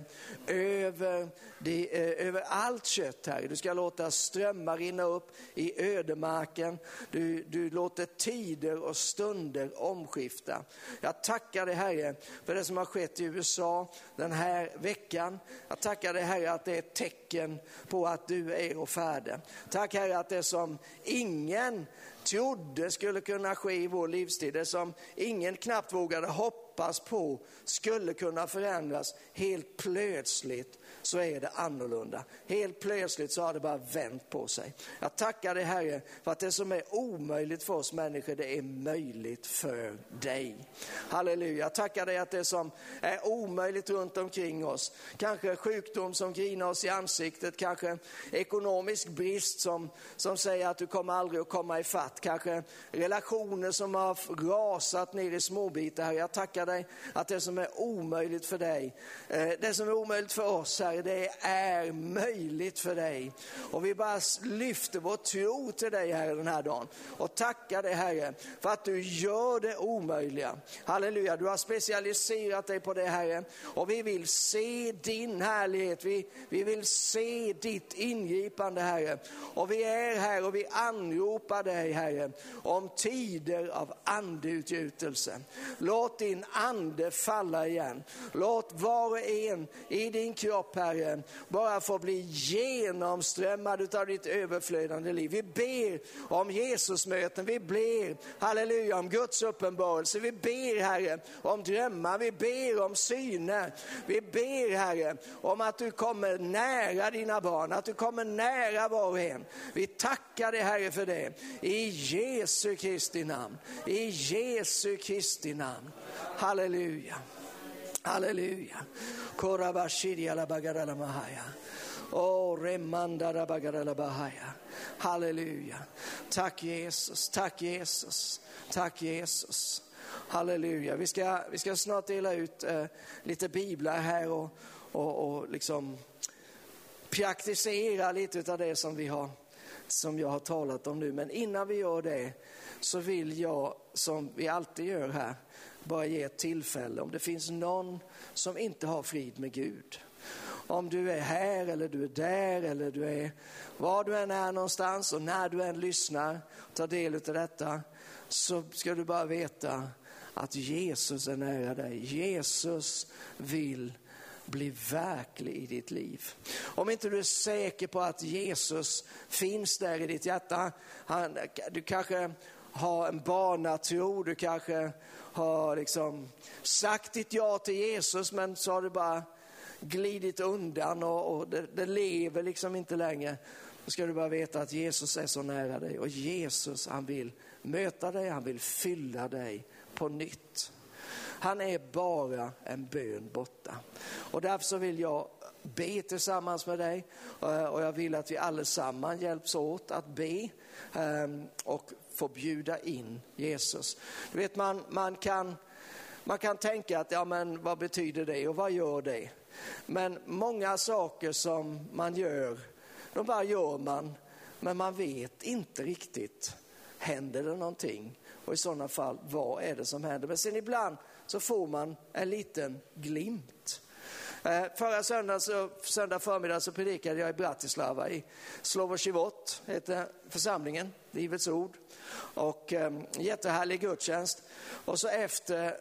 över allt kött, Herre. Du ska låta strömmar rinna upp i ödemarken. Du låter tider och stunder omskifta. Jag tackar dig, Herre, för det som har skett i USA den här veckan. Jag tackar dig, Herre, att det är ett tecken på att du är och färdig. Tack, Herre, att det som ingen trodde skulle kunna ske i vår livstid, det som ingen knappt vågade hoppas på skulle kunna förändras, helt plötsligt så är det annorlunda. Helt plötsligt så har det bara vänt på sig. Jag tackar dig, Herre, för att det som är omöjligt för oss människor, det är möjligt för dig. Halleluja. Jag tackar dig att det som är omöjligt runt omkring oss, kanske sjukdom som grinar oss i ansiktet, kanske ekonomisk brist som säger att du kommer aldrig att komma i fatt, kanske relationer som har rasat ner i småbitar, Herre. Jag tackar dig att det som är omöjligt för dig, det som är omöjligt för oss, Herre, det är möjligt för dig. Och vi bara lyfter vår tro till dig, Herre, den här dagen. Och tackar dig, Herre, för att du gör det omöjliga. Halleluja, du har specialiserat dig på det, Herre. Och vi vill se din härlighet. Vi vill se ditt ingripande, Herre. Och vi är här och vi anropar dig, Herre, om tider av andeutgjutelse. Låt din ande falla igen. Låt var och en i din kropp, Herre, bara få bli genomströmmad av ditt överflödande liv. Vi ber om Jesusmöten, vi ber, halleluja, om Guds uppenbarelse. Vi ber, Herre, om drömmar, vi ber om syner. Vi ber, Herre, om att du kommer nära dina barn, att du kommer nära var och en. Vi tackar dig, Herre, för det. I Jesu Kristi namn. I Jesu Kristi namn. Halleluja. Halleluja. Korabashiria la bagarala mahaya. Oh, remanda la bagarala bahaya. Halleluja. Tack Jesus, tack Jesus, tack Jesus. Halleluja. Vi ska snart dela ut lite biblar här och liksom praktisera lite av det som jag har talat om nu. Men innan vi gör det så vill jag, som vi alltid gör här, bara ge ett tillfälle. Om det finns någon som inte har frid med Gud. Om du är här eller du är där eller du är var du än är någonstans, och när du än lyssnar och tar del av detta, så ska du bara veta att Jesus är nära dig. Jesus vill bli verklig i ditt liv. Om inte du är säker på att Jesus finns där i ditt hjärta, du kanske har en barnatro, du kanske har liksom sagt ditt ja till Jesus, men så har du bara glidit undan och det lever liksom inte längre. Då ska du bara veta att Jesus är så nära dig, och Jesus, han vill möta dig, han vill fylla dig på nytt. Han är bara en bön borta. Och därför så vill jag be tillsammans med dig, och jag vill att vi allesammans hjälps åt att be och få bjuda in Jesus. Du vet, man kan tänka att ja, men vad betyder det och vad gör det? Men många saker som man gör, de bara gör man, men man vet inte riktigt, händer det någonting? Och i sådana fall, vad är det som händer? Men sen ibland så får man en liten glimt. Förra söndag förmiddag så predikade jag i Bratislava, i Slovo Život heter församlingen, Livets ord. Och jättehärlig gudstjänst. Och så efter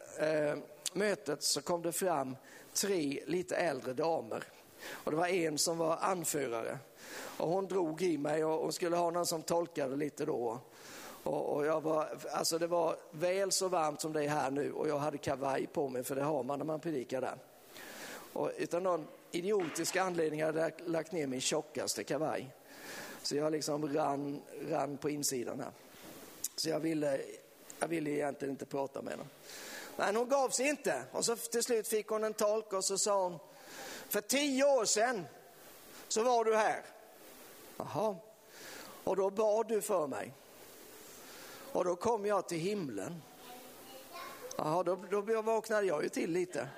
mötet så kom det fram 3 lite äldre damer. Och det var en som var anförare. Och hon drog i mig och hon skulle ha någon som tolkade lite då. Och jag var, alltså det var väl så varmt som det är här nu, och jag hade kavaj på mig, för det har man när man predikar där. Och utan någon idiotisk anledning hade jag lagt ner min tjockaste kavaj. Så jag liksom rann på insidan här. Så jag ville egentligen inte prata med henne. Men hon gav sig inte. Och så till slut fick hon en tolk, och så sa hon: för 10 år sedan så var du här. Jaha. Och då bad du för mig. Och då kom jag till himlen. Jaha, då vaknade jag ju till lite.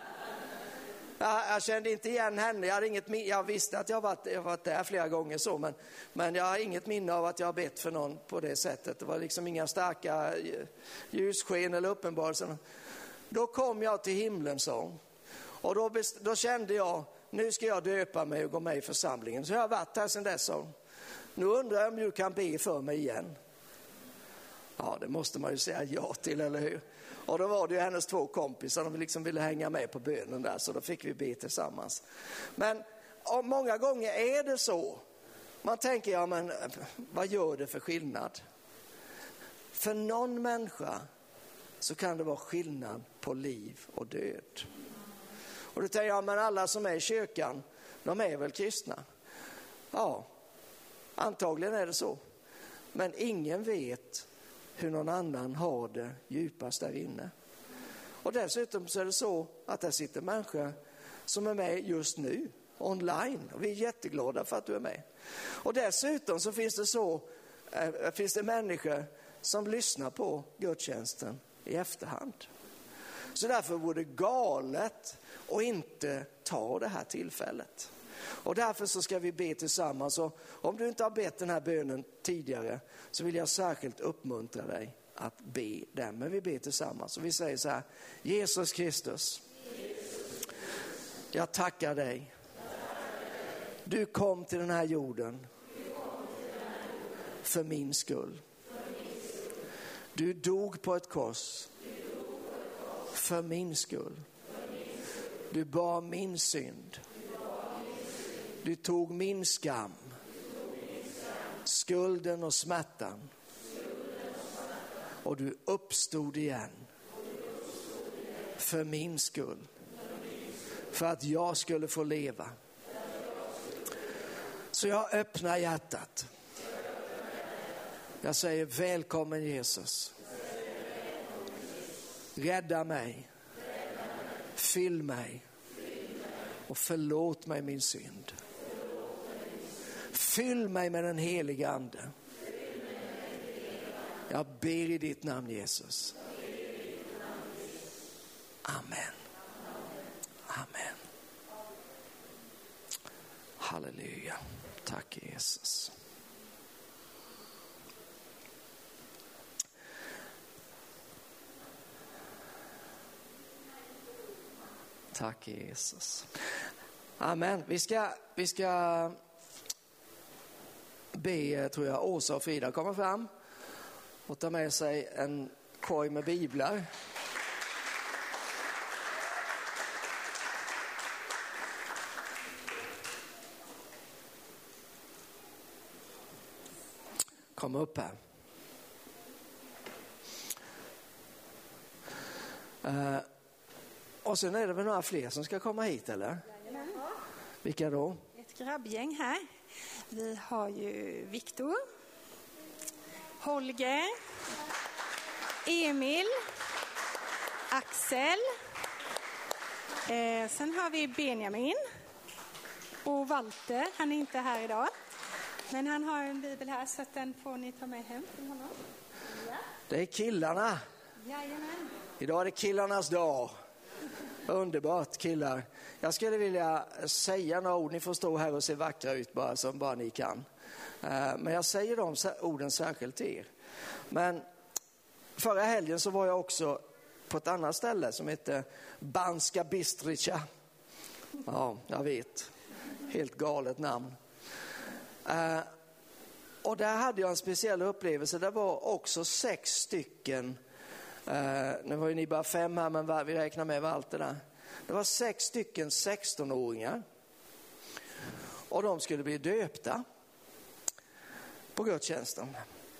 Jag kände inte igen henne. Jag visste att jag varit där flera gånger så, men jag har inget minne av att jag har bett för någon på det sättet. Det var liksom inga starka ljussken eller uppenbarelser. Då kom jag till himlen, sa hon. Och då kände jag, nu ska jag döpa mig och gå med i församlingen. Så jag har varit här sedan dess, sa hon. Nu undrar jag om du kan be för mig igen. Ja, det måste man ju säga ja till, eller hur? Och då var det ju hennes 2 kompisar, de liksom ville hänga med på bönen där, så då fick vi be tillsammans. Men många gånger är det så. Man tänker, ja men vad gör det för skillnad? För någon människa så kan det vara skillnad på liv och död. Och då tänker jag, men alla som är i kyrkan, de är väl kristna? Ja, antagligen är det så. Men ingen vet hur någon annan har det djupast där inne. Och dessutom så är det så att det sitter människor som är med just nu online. Och vi är jätteglada för att du är med. Och dessutom så finns det människor som lyssnar på gudstjänsten i efterhand. Så därför vore det galet att inte ta det här tillfället. Och därför så ska vi be tillsammans. Och om du inte har bett den här bönen tidigare, så vill jag särskilt uppmuntra dig att be den. Men vi ber tillsammans och vi säger så här: Jesus Kristus, jag tackar dig. Du kom till den här jorden för min skull. Du dog på ett kors för min skull. Du bar min synd. Du tog min skam, skulden och smärtan, och du uppstod igen för min skull, för att jag skulle få leva. Så jag öppnar hjärtat. Jag säger välkommen Jesus. Rädda mig, fyll mig och förlåt mig min synd. Fyll mig med den heliga ande. Jag ber i ditt namn Jesus. Amen. Amen. Halleluja. Tack Jesus. Tack Jesus. Amen. Vi ska be, tror jag, Åsa och Frida kommer fram och ta med sig en korg med biblar. Kom upp här. Och sen är det väl några fler som ska komma hit, eller? Ja. Vilka då? Ett grabbgäng här. Vi har ju Viktor, Holger, Emil, Axel. Sen har vi Benjamin och Walter. Han är inte här idag. Men han har en bibel här så att den får ni ta med hem till honom. Ja. Det är killarna. Jajamän. Idag är det killarnas dag. Underbart killar. Jag skulle vilja säga några ord. Ni får stå här och se vackra ut bara som bara ni kan. Men jag säger de orden särskilt till er. Men förra helgen så var jag också på ett annat ställe som heter Banska Bystrica. Ja, jag vet. Helt galet namn. Och där hade jag en speciell upplevelse. Det var också 6 stycken. Nu var ju ni bara 5 här, men vi räknar med allt det där. Det var 6 stycken 16-åringar. Och de skulle bli döpta på gudstjänsten.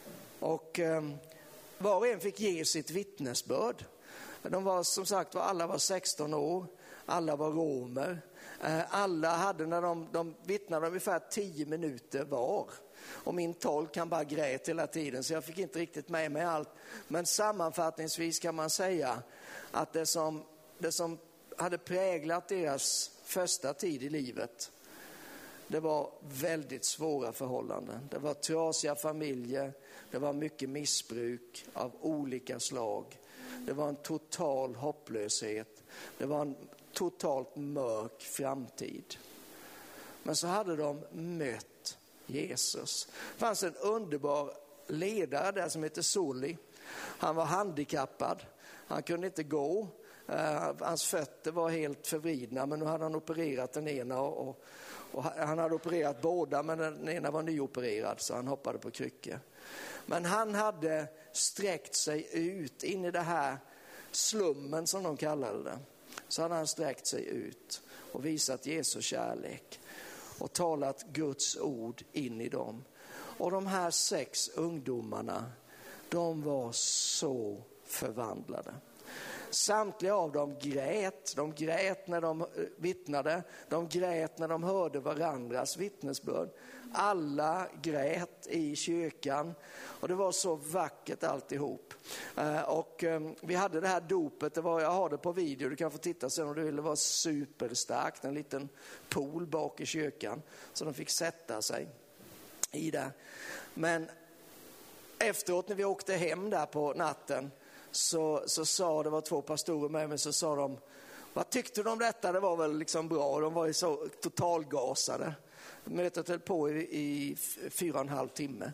Och var och en fick ge sitt vittnesbörd. De var som sagt, alla var 16 år. Alla var romer. Alla hade, när de vittnade, ungefär 10 minuter var. Och min tolk kan bara grät hela tiden, så jag fick inte riktigt med mig allt. Men sammanfattningsvis kan man säga att det som hade präglat deras första tid i livet, det var väldigt svåra förhållanden. Det var trasiga familjer, det var mycket missbruk av olika slag. Det var en total hopplöshet. Det var en totalt mörk framtid. Men så hade de mött Jesus. Det fanns en underbar ledare där som heter Soli. Han var handikappad. Han kunde inte gå. Hans fötter var helt förvridna, men nu hade han opererat den ena och han hade opererat båda, men den ena var nyopererad så han hoppade på kryckor. Men han hade sträckt sig ut in i det här slummen som de kallade det. Så hade han sträckt sig ut och visat Jesu kärlek och talat Guds ord in i dem. Och de här 6 ungdomarna, de var så förvandlade. Samtliga av dem grät. De grät när de vittnade. De grät när de hörde varandras vittnesbörd. Alla grät i kyrkan. Och det var så vackert alltihop. Och vi hade det här dopet. Jag har det på video. Du kan få titta sen om du vill. Det var superstarkt. En liten pool bak i kyrkan. Så de fick sätta sig i det. Men efteråt när vi åkte hem där på natten, så sa, det var 2 pastorer med mig, så sa de, vad tyckte du om detta? Det var väl liksom bra. De var ju så totalgasade. Mötet höll på i 4,5 timme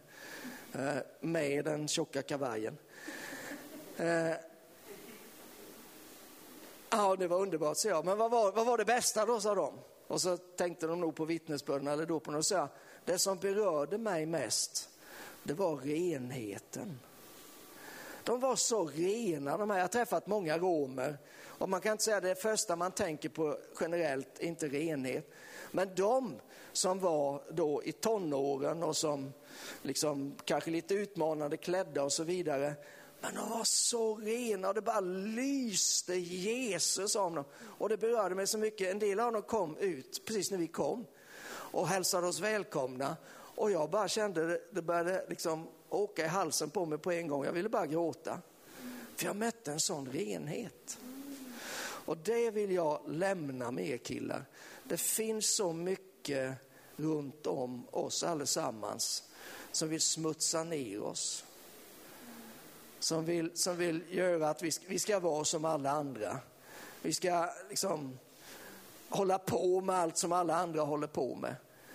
med den tjocka kavajen. Ja, det var underbart, så jag. Men vad var det bästa då, sa de. Och så tänkte de nog på vittnesbörden eller då på något, så det som berörde mig mest, det var renheten. De var så rena. Jag har träffat många romer. Och man kan inte säga det första man tänker på generellt, inte renhet. Men de som var då i tonåren och som liksom kanske lite utmanande klädda och så vidare. Men de var så rena och det bara lyste Jesus om dem. Och det berörde mig så mycket. En del av dem kom ut precis när vi kom och hälsade oss välkomna. Och jag bara kände det började liksom åka i halsen på mig på en gång. Jag ville bara gråta. För jag mötte en sån renhet. Och det vill jag lämna med er killar. Det finns så mycket runt om oss allesammans som vill smutsa ner oss. Som vill göra att vi ska vara som alla andra. Vi ska liksom hålla på med allt som alla andra håller på med.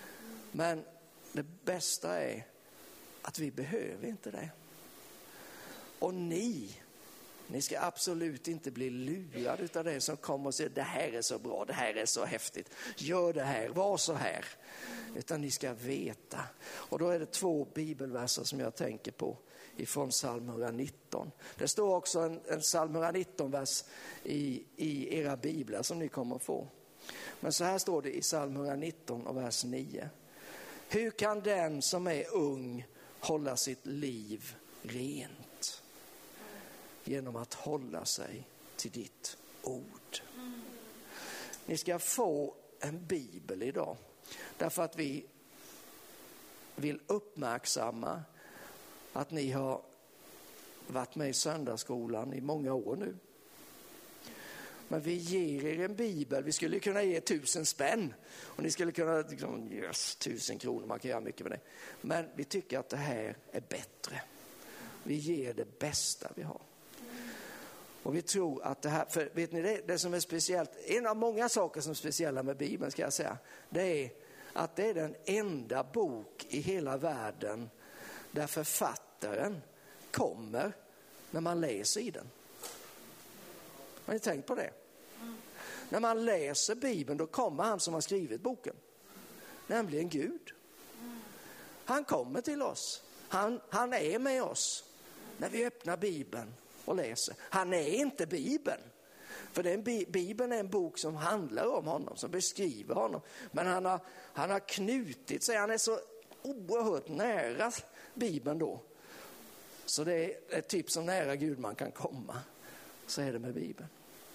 Men det bästa är att vi behöver inte det. Och ni ska absolut inte bli lurade av det som kommer och säger det här är så bra, det här är så häftigt. Gör det här, var så här. Utan ni ska veta. Och då är det 2 bibelverser som jag tänker på ifrån psalm 119. Det står också en psalm 119-vers i era biblar som ni kommer att få. Men så här står det i psalm 119 och vers 9. Hur kan den som är ung hålla sitt liv rent? Genom att hålla sig till ditt ord. Ni ska få en bibel idag. Därför att vi vill uppmärksamma att ni har varit med i söndagsskolan i många år nu. Men vi ger er en bibel. Vi skulle kunna ge 1000 spänn. Och ni skulle kunna, yes, 1000 kronor, man kan göra mycket med det. Men vi tycker att det här är bättre. Vi ger det bästa vi har. Och vi tror att det här, för vet ni det som är speciellt, en av många saker som är speciella med Bibeln ska jag säga, det är att det är den enda bok i hela världen där författaren kommer när man läser i den. Har ni tänkt på det? När man läser Bibeln då kommer han som har skrivit boken, nämligen Gud. Han kommer till oss. Han är med oss när vi öppnar Bibeln och läser. Han är inte Bibeln. För Bibeln är en bok som handlar om honom, som beskriver honom. Men han har knutit sig, han är så oerhört nära Bibeln då. Så det är typ så nära Gud man kan komma. Så är det med Bibeln.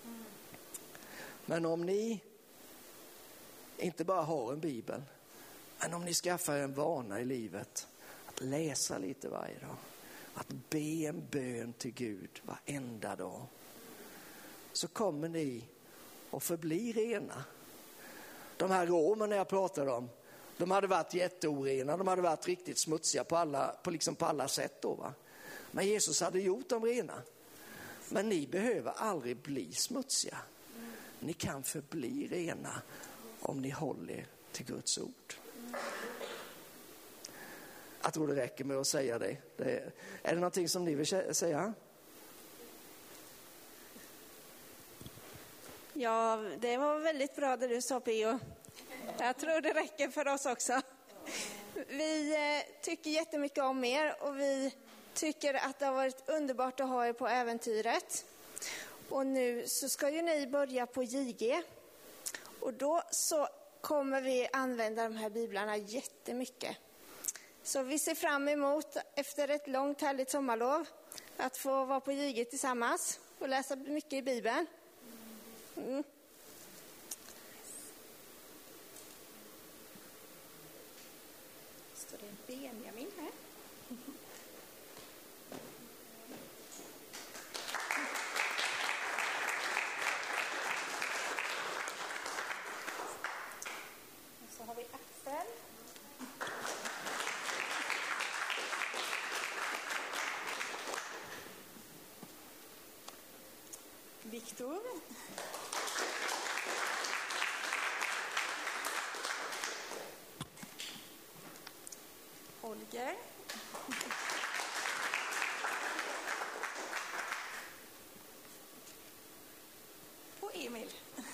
Men om ni inte bara har en bibel, men om ni skaffar en vana i livet att läsa lite varje dag, att be en bön till Gud varenda dag, så kommer ni att förbli rena. De här romerna jag pratade om, de hade varit jätteorena, de hade varit riktigt smutsiga på alla sätt då, va? Men Jesus hade gjort dem rena. Men ni behöver aldrig bli smutsiga. Ni kan förbli rena om ni håller till Guds ord. Jag tror det räcker med att säga det. Är det någonting som ni vill säga? Ja, det var väldigt bra det du sa, Pio. Jag tror det räcker för oss också. Vi tycker jättemycket om er och vi tycker att det har varit underbart att ha er på äventyret. Och nu så ska ju ni börja på JG. Och då så kommer vi använda de här biblarna jättemycket. Så vi ser fram emot efter ett långt härligt sommarlov att få vara på JG tillsammans och läsa mycket i Bibeln. Står det Benjamin här? Och så har vi Axel. Viktor. Holger. Och Emil.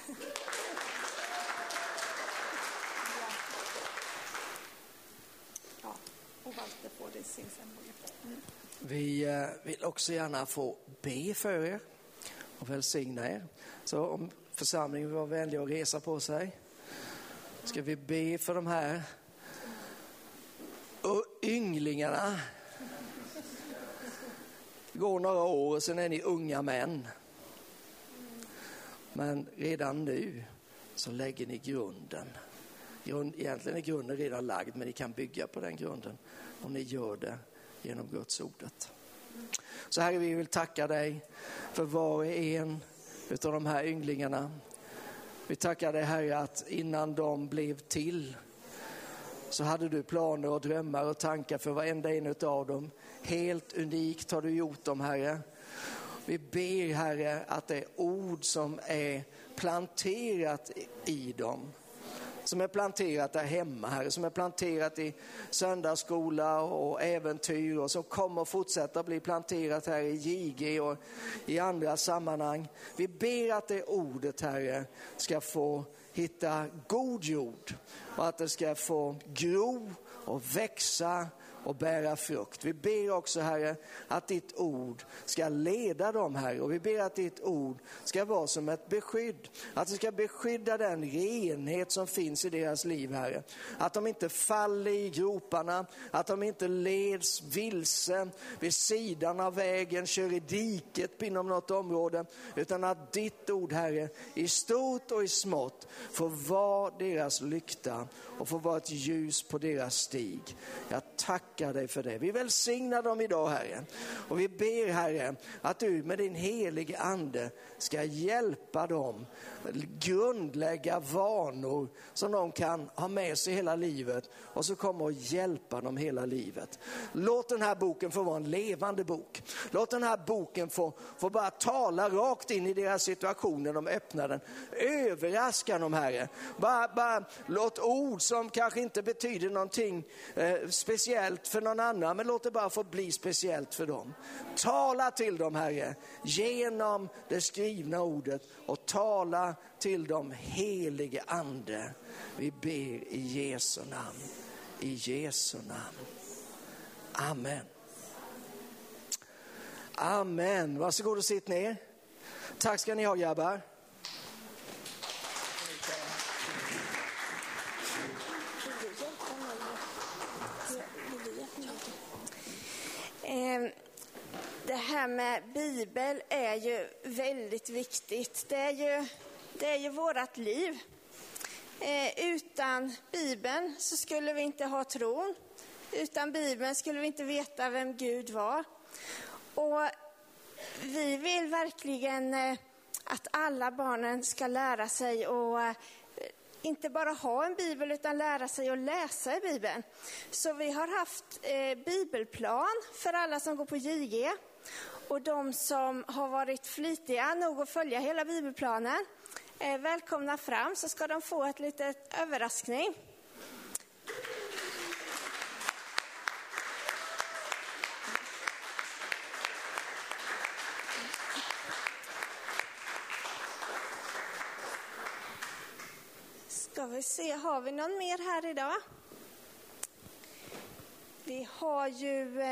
Ja, och Walter får det sin sen. Vi vill också gärna få be för er och välsigna er. Så om församlingen var vänlig att resa på sig, ska vi be för de här ynglingarna. Går några år och sen är ni unga män. Men redan nu så lägger ni grunden. Egentligen är grunden redan lagd, men ni kan bygga på den grunden. Och ni gör det genom Guds ordet. Så Herre, vi vill tacka dig för var och en utav de här ynglingarna. Vi tackar dig, Herre, att innan de blev till så hade du planer och drömmar och tankar för varenda en utav dem. Helt unikt har du gjort dem, Herre. Vi ber, Herre, att det ord som är planterat i dem som är planterat där hemma, Herre, som är planterat i söndagsskola och äventyr och som kommer att fortsätta bli planterat här i JG och i andra sammanhang. Vi ber att det ordet, Herre, ska få hitta god jord och att det ska få gro och växa och bära frukt. Vi ber också, Herre, att ditt ord ska leda dem, Herre, och vi ber att ditt ord ska vara som ett beskydd, att det ska beskydda den renhet som finns i deras liv, Herre, att de inte faller i groparna, att de inte leds vilse vid sidan av vägen, kör i diket inom något område, utan att ditt ord, Herre, i stort och i smått får vara deras lykta och får vara ett ljus på deras stig. Jag tackar dig för det. Vi välsignar dem idag, Herre. Och vi ber, Herre, att du med din helige ande ska hjälpa dem grundlägga vanor som de kan ha med sig hela livet och så kommer att hjälpa dem hela livet. Låt den här boken få vara en levande bok. Låt den här boken få bara tala rakt in i deras situationer. De öppnar den. Överraska dem, Herre. Bara låt ord som kanske inte betyder någonting speciellt för någon annan, men låt det bara få bli speciellt för dem. Tala till dem, Herre, genom det skrivna ordet och tala till dem, helige ande. Vi ber i Jesu namn. I Jesu namn. Amen. Amen. Varsågod och sitt ner. Tack ska ni ha, grabbar. Det här med Bibel är ju väldigt viktigt. Det är ju vårat liv. Utan Bibeln så skulle vi inte ha tron. Utan Bibeln skulle vi inte veta vem Gud var. Och vi vill verkligen att alla barnen ska lära sig och inte bara ha en bibel utan lära sig att läsa i Bibeln. Så vi har haft bibelplan för alla som går på JG. Och de som har varit flitiga nog att följa hela bibelplanen är välkomna fram, så ska de få ett litet överraskning. Ska vi se, har vi någon mer här idag? Vi har ju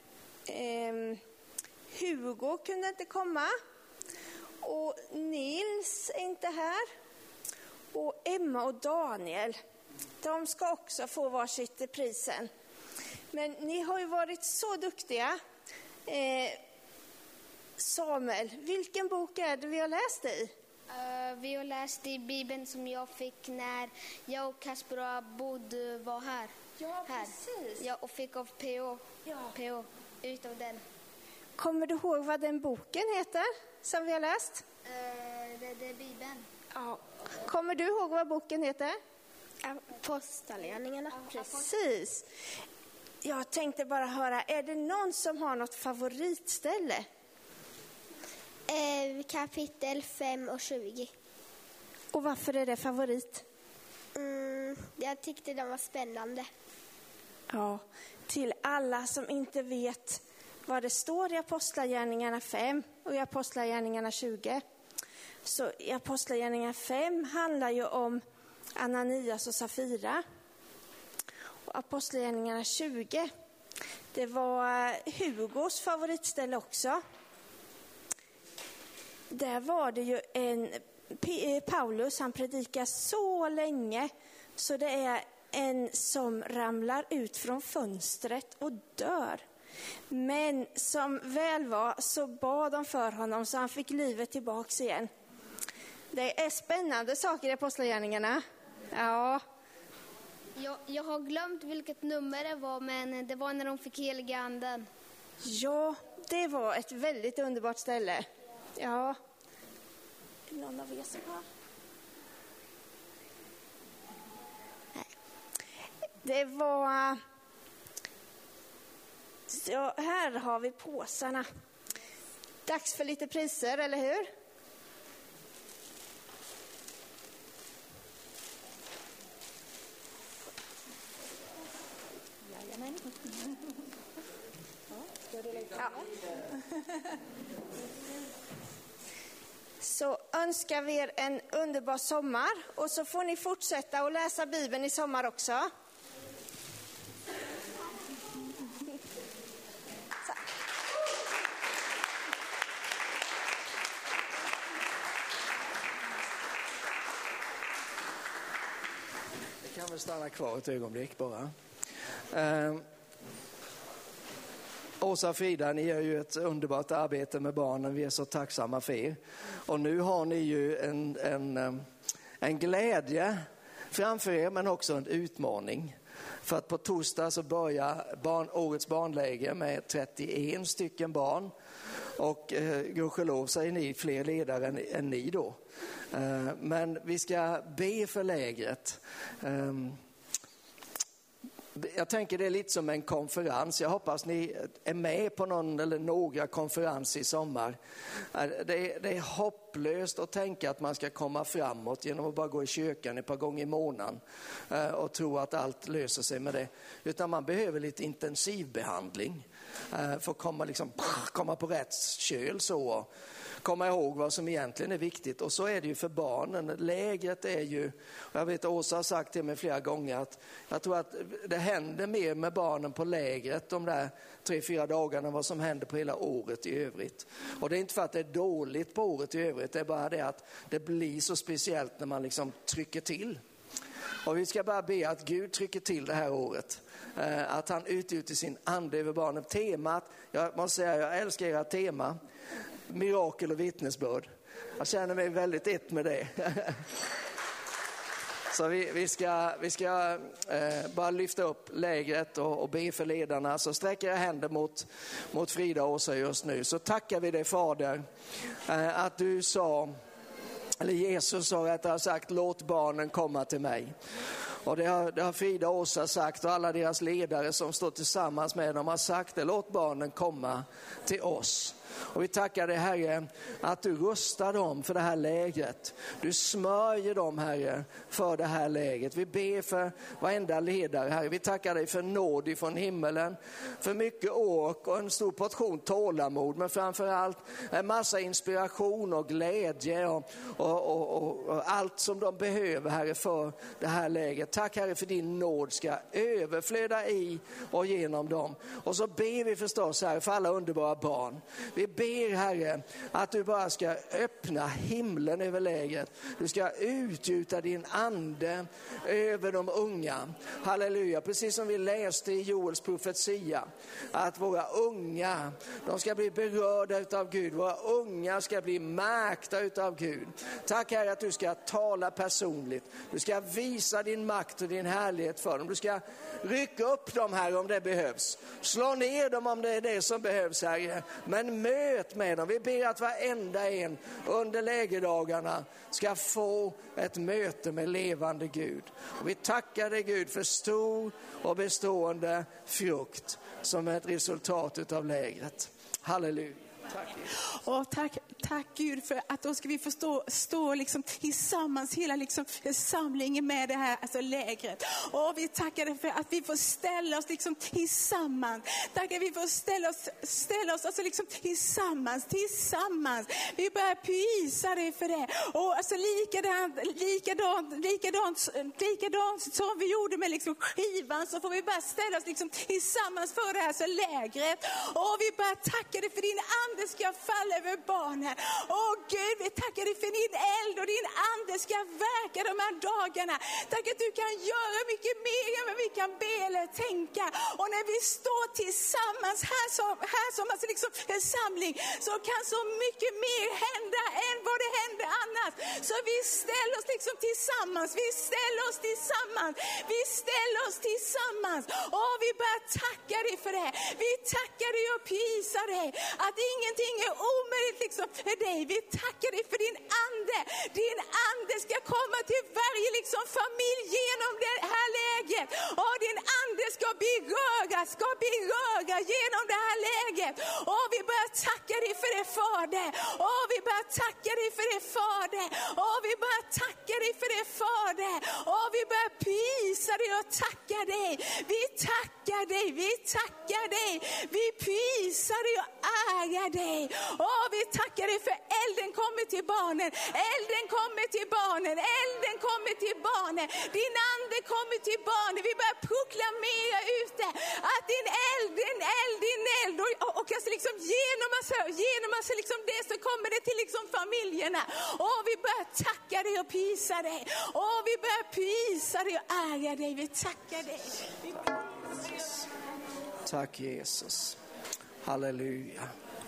Hugo kunde inte komma. Och Nils är inte här. Och Emma och Daniel, de ska också få varsitt prisen. Men ni har ju varit så duktiga. Samuel, vilken bok är det vi har läst i? Vi har läst i Bibeln som jag fick när jag och Kasper och Abud var här. Ja, precis. Ja, och fick av PO utav den. Kommer du ihåg vad den boken heter som vi har läst? Det är Bibeln. Ja. Kommer du ihåg vad boken heter? Apostlagärningarna. Precis. Jag tänkte bara höra, är det någon som har något favoritställe? Kapitel 5 och 20. Och varför är det favorit? Jag tyckte den var spännande. Ja, till alla som inte vet vad det står i Apostlagärningarna 5 och i Apostlagärningarna 20. Så i Apostlagärningarna 5 handlar ju om Ananias och Safira. Och Apostlagärningarna 20, det var Hugos favoritställe också. Där var det ju Paulus, han predikar så länge så det är en som ramlar ut från fönstret och dör. Men som väl var så bad de för honom så han fick livet tillbaks igen. Det är spännande saker i Apostlagärningarna. Ja. Jag har glömt vilket nummer det var, men det var när de fick heliga anden. Ja, det var ett väldigt underbart ställe. Ja. Är det någon av er som har? Nej. Det var... Så här har vi påsarna. Dags för lite priser, eller hur? Ja. Så önskar vi er en underbar sommar och så får ni fortsätta att läsa Bibeln i sommar också. Vi kan väl stanna kvar ett ögonblick bara. Åsa och Frida, ni gör ju ett underbart arbete med barnen. Vi är så tacksamma för er. Och nu har ni ju en glädje framför er, men också en utmaning. För att på torsdag så börjar årets barnläger med 31 stycken barn. Och gudskelov säger ni fler ledare än ni då. Men vi ska be för lägret. Jag tänker det är lite som en konferens. Jag hoppas ni är med på någon eller några konferenser i sommar. Det är hopplöst att tänka att man ska komma framåt genom att bara gå i kyrkan ett par gånger i månaden och tro att allt löser sig med det. Utan man behöver lite intensivbehandling för att komma på rätt köl så. Komma ihåg vad som egentligen är viktigt. Och så är det ju för barnen. Lägret är ju, jag vet Åsa har sagt till mig flera gånger att jag tror att det händer mer med barnen på lägret de där 3-4 dagarna än vad som händer på hela året i övrigt. Och det är inte för att det är dåligt på året i övrigt, det är bara det att det blir så speciellt när man liksom trycker till. Och vi ska bara be att Gud trycker till det här året. Att han utgjuter sin ande över barnen. Temat, jag måste säga jag älskar era tema. Mirakel och vittnesbörd. Jag känner mig väldigt ett med det. Så vi ska bara lyfta upp lägret och be för ledarna. Så sträcker jag händer mot Frida och Åsa just nu. Så tackar vi dig Fader att du sa, eller Jesus sa att jag har sagt låt barnen komma till mig. Och det har Frida och Åsa sagt och alla deras ledare som står tillsammans med dem har sagt det. Låt barnen komma till oss. Och vi tackar dig Herre att du rustar dem för det här lägret. Du smörjer dem Herre för det här lägret. Vi ber för varenda ledare Herre. Vi tackar dig för nåd ifrån himmelen. För mycket ork och en stor portion tålamod. Men framförallt en massa inspiration och glädje och allt som de behöver Herre för det här lägret. Tack Herre för din nåd ska överflöda i och genom dem. Och så ber vi förstås Herre för alla underbara barn. Vi ber Herre att du bara ska öppna himlen över lägret. Du ska utgjuta din ande över de unga. Halleluja. Precis som vi läste i Joels profetia. Att våra unga, de ska bli berörda utav Gud. Våra unga ska bli märkta utav Gud. Tack Herre att du ska tala personligt. Du ska visa din makt och din härlighet för dem. Du ska rycka upp dem här om det behövs. Slå ner dem om det är det som behövs Herre. Men möt med dem. Vi ber att varenda en under lägerdagarna ska få ett möte med levande Gud. Och vi tackar dig Gud för stor och bestående frukt som är ett resultat av lägret. Halleluja. Tack. Tack Gud för att då ska vi få stå liksom tillsammans hela liksom samlingen med det här alltså lägret. Och vi tackar dig för att vi får ställa oss liksom tillsammans. Tack att vi får ställa oss alltså liksom tillsammans. Vi börjar prisa dig för det. Och alltså likadant som vi gjorde med liksom skivan så får vi bara ställa oss liksom tillsammans för det här så lägret. Och vi bara tackar dig för din ande ska falla över barnen. Åh Gud, vi tackar dig för din eld och din ande ska verka de här dagarna. Tack att du kan göra mycket mer än vad vi kan be eller tänka. Och när vi står tillsammans här som alltså liksom en samling så kan så mycket mer hända än vad det hände annars. Så vi ställer oss liksom tillsammans. Och vi bara tackar dig för det. Vi tackar dig och prisar dig. Att ingenting är omöjligt liksom för dig. Vi tackar dig för din ande. Din ande ska komma till varje liksom familj genom det här läget. Och din ande ska beröra genom det här läget. Och vi börjar bara tacka dig för det, Fader. Åh, vi bara tacka dig för det, Fader. Åh, vi bara tacka dig för det, Fader. Åh, vi bara prisa dig och tacka dig. Vi tackar dig, vi tackar dig. Vi prisar dig och ärar dig. Åh, vi tackar dig för elden kommer till barnen. Elden kommer till barnen. Elden kommer till barnen. Din ande kommer till barnen. Vi börjar proklamera ut det. Att din eld. Och alltså liksom genom oss liksom det så kommer det till liksom familjerna. Och vi börjar tacka dig och prisa dig. Och vi börjar prisa dig och ära dig. Vi tackar dig. Tack Jesus. Halleluja.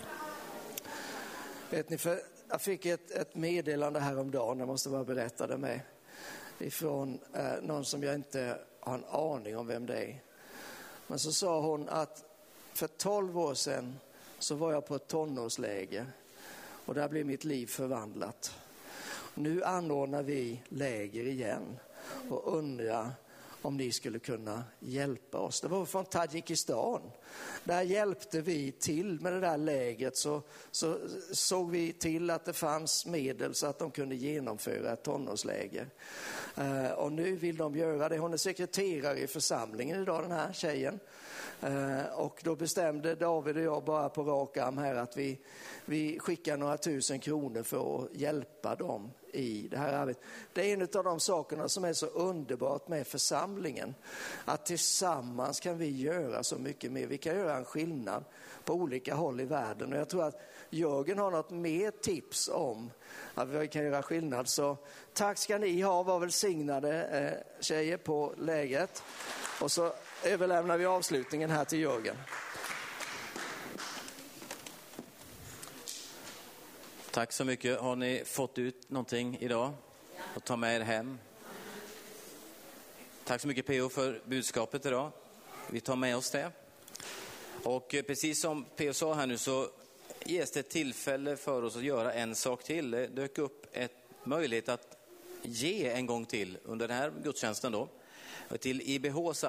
Vet ni, för jag fick ett meddelande häromdagen, jag måste bara berätta det med, ifrån någon som jag inte har en aning om vem det är. Men så sa hon att för 12 år sedan så var jag på ett tonårsläger och där blev mitt liv förvandlat. Nu anordnar vi läger igen och undrar om ni skulle kunna hjälpa oss. Det var från Tadzjikistan. Där hjälpte vi till med det där lägret, så såg vi till att det fanns medel så att de kunde genomföra ett tonårsläger. Och nu vill de göra det. Hon är sekreterare i församlingen idag, den här tjejen. Och då bestämde David och jag bara på rak arm här att vi skickar några 1000 kronor för att hjälpa dem i det här arbetet. Det är en av de sakerna som är så underbart med församlingen. Att tillsammans kan vi göra så mycket mer. Vi kan göra en skillnad på olika håll i världen. Och jag tror att Jörgen har något mer tips om att vi kan göra skillnad. Så tack ska ni ha, var välsignade tjejer på lägret. Och så överlämnar vi avslutningen här till Jörgen. Tack så mycket. Har ni fått ut någonting idag och ta med er hem? Tack så mycket P.O. för budskapet idag. Vi tar med oss det. Och precis som P.O. sa här nu så ges det tillfälle för oss att göra en sak till. Det dök upp ett möjlighet att ge en gång till under den här gudstjänsten då. Till IBH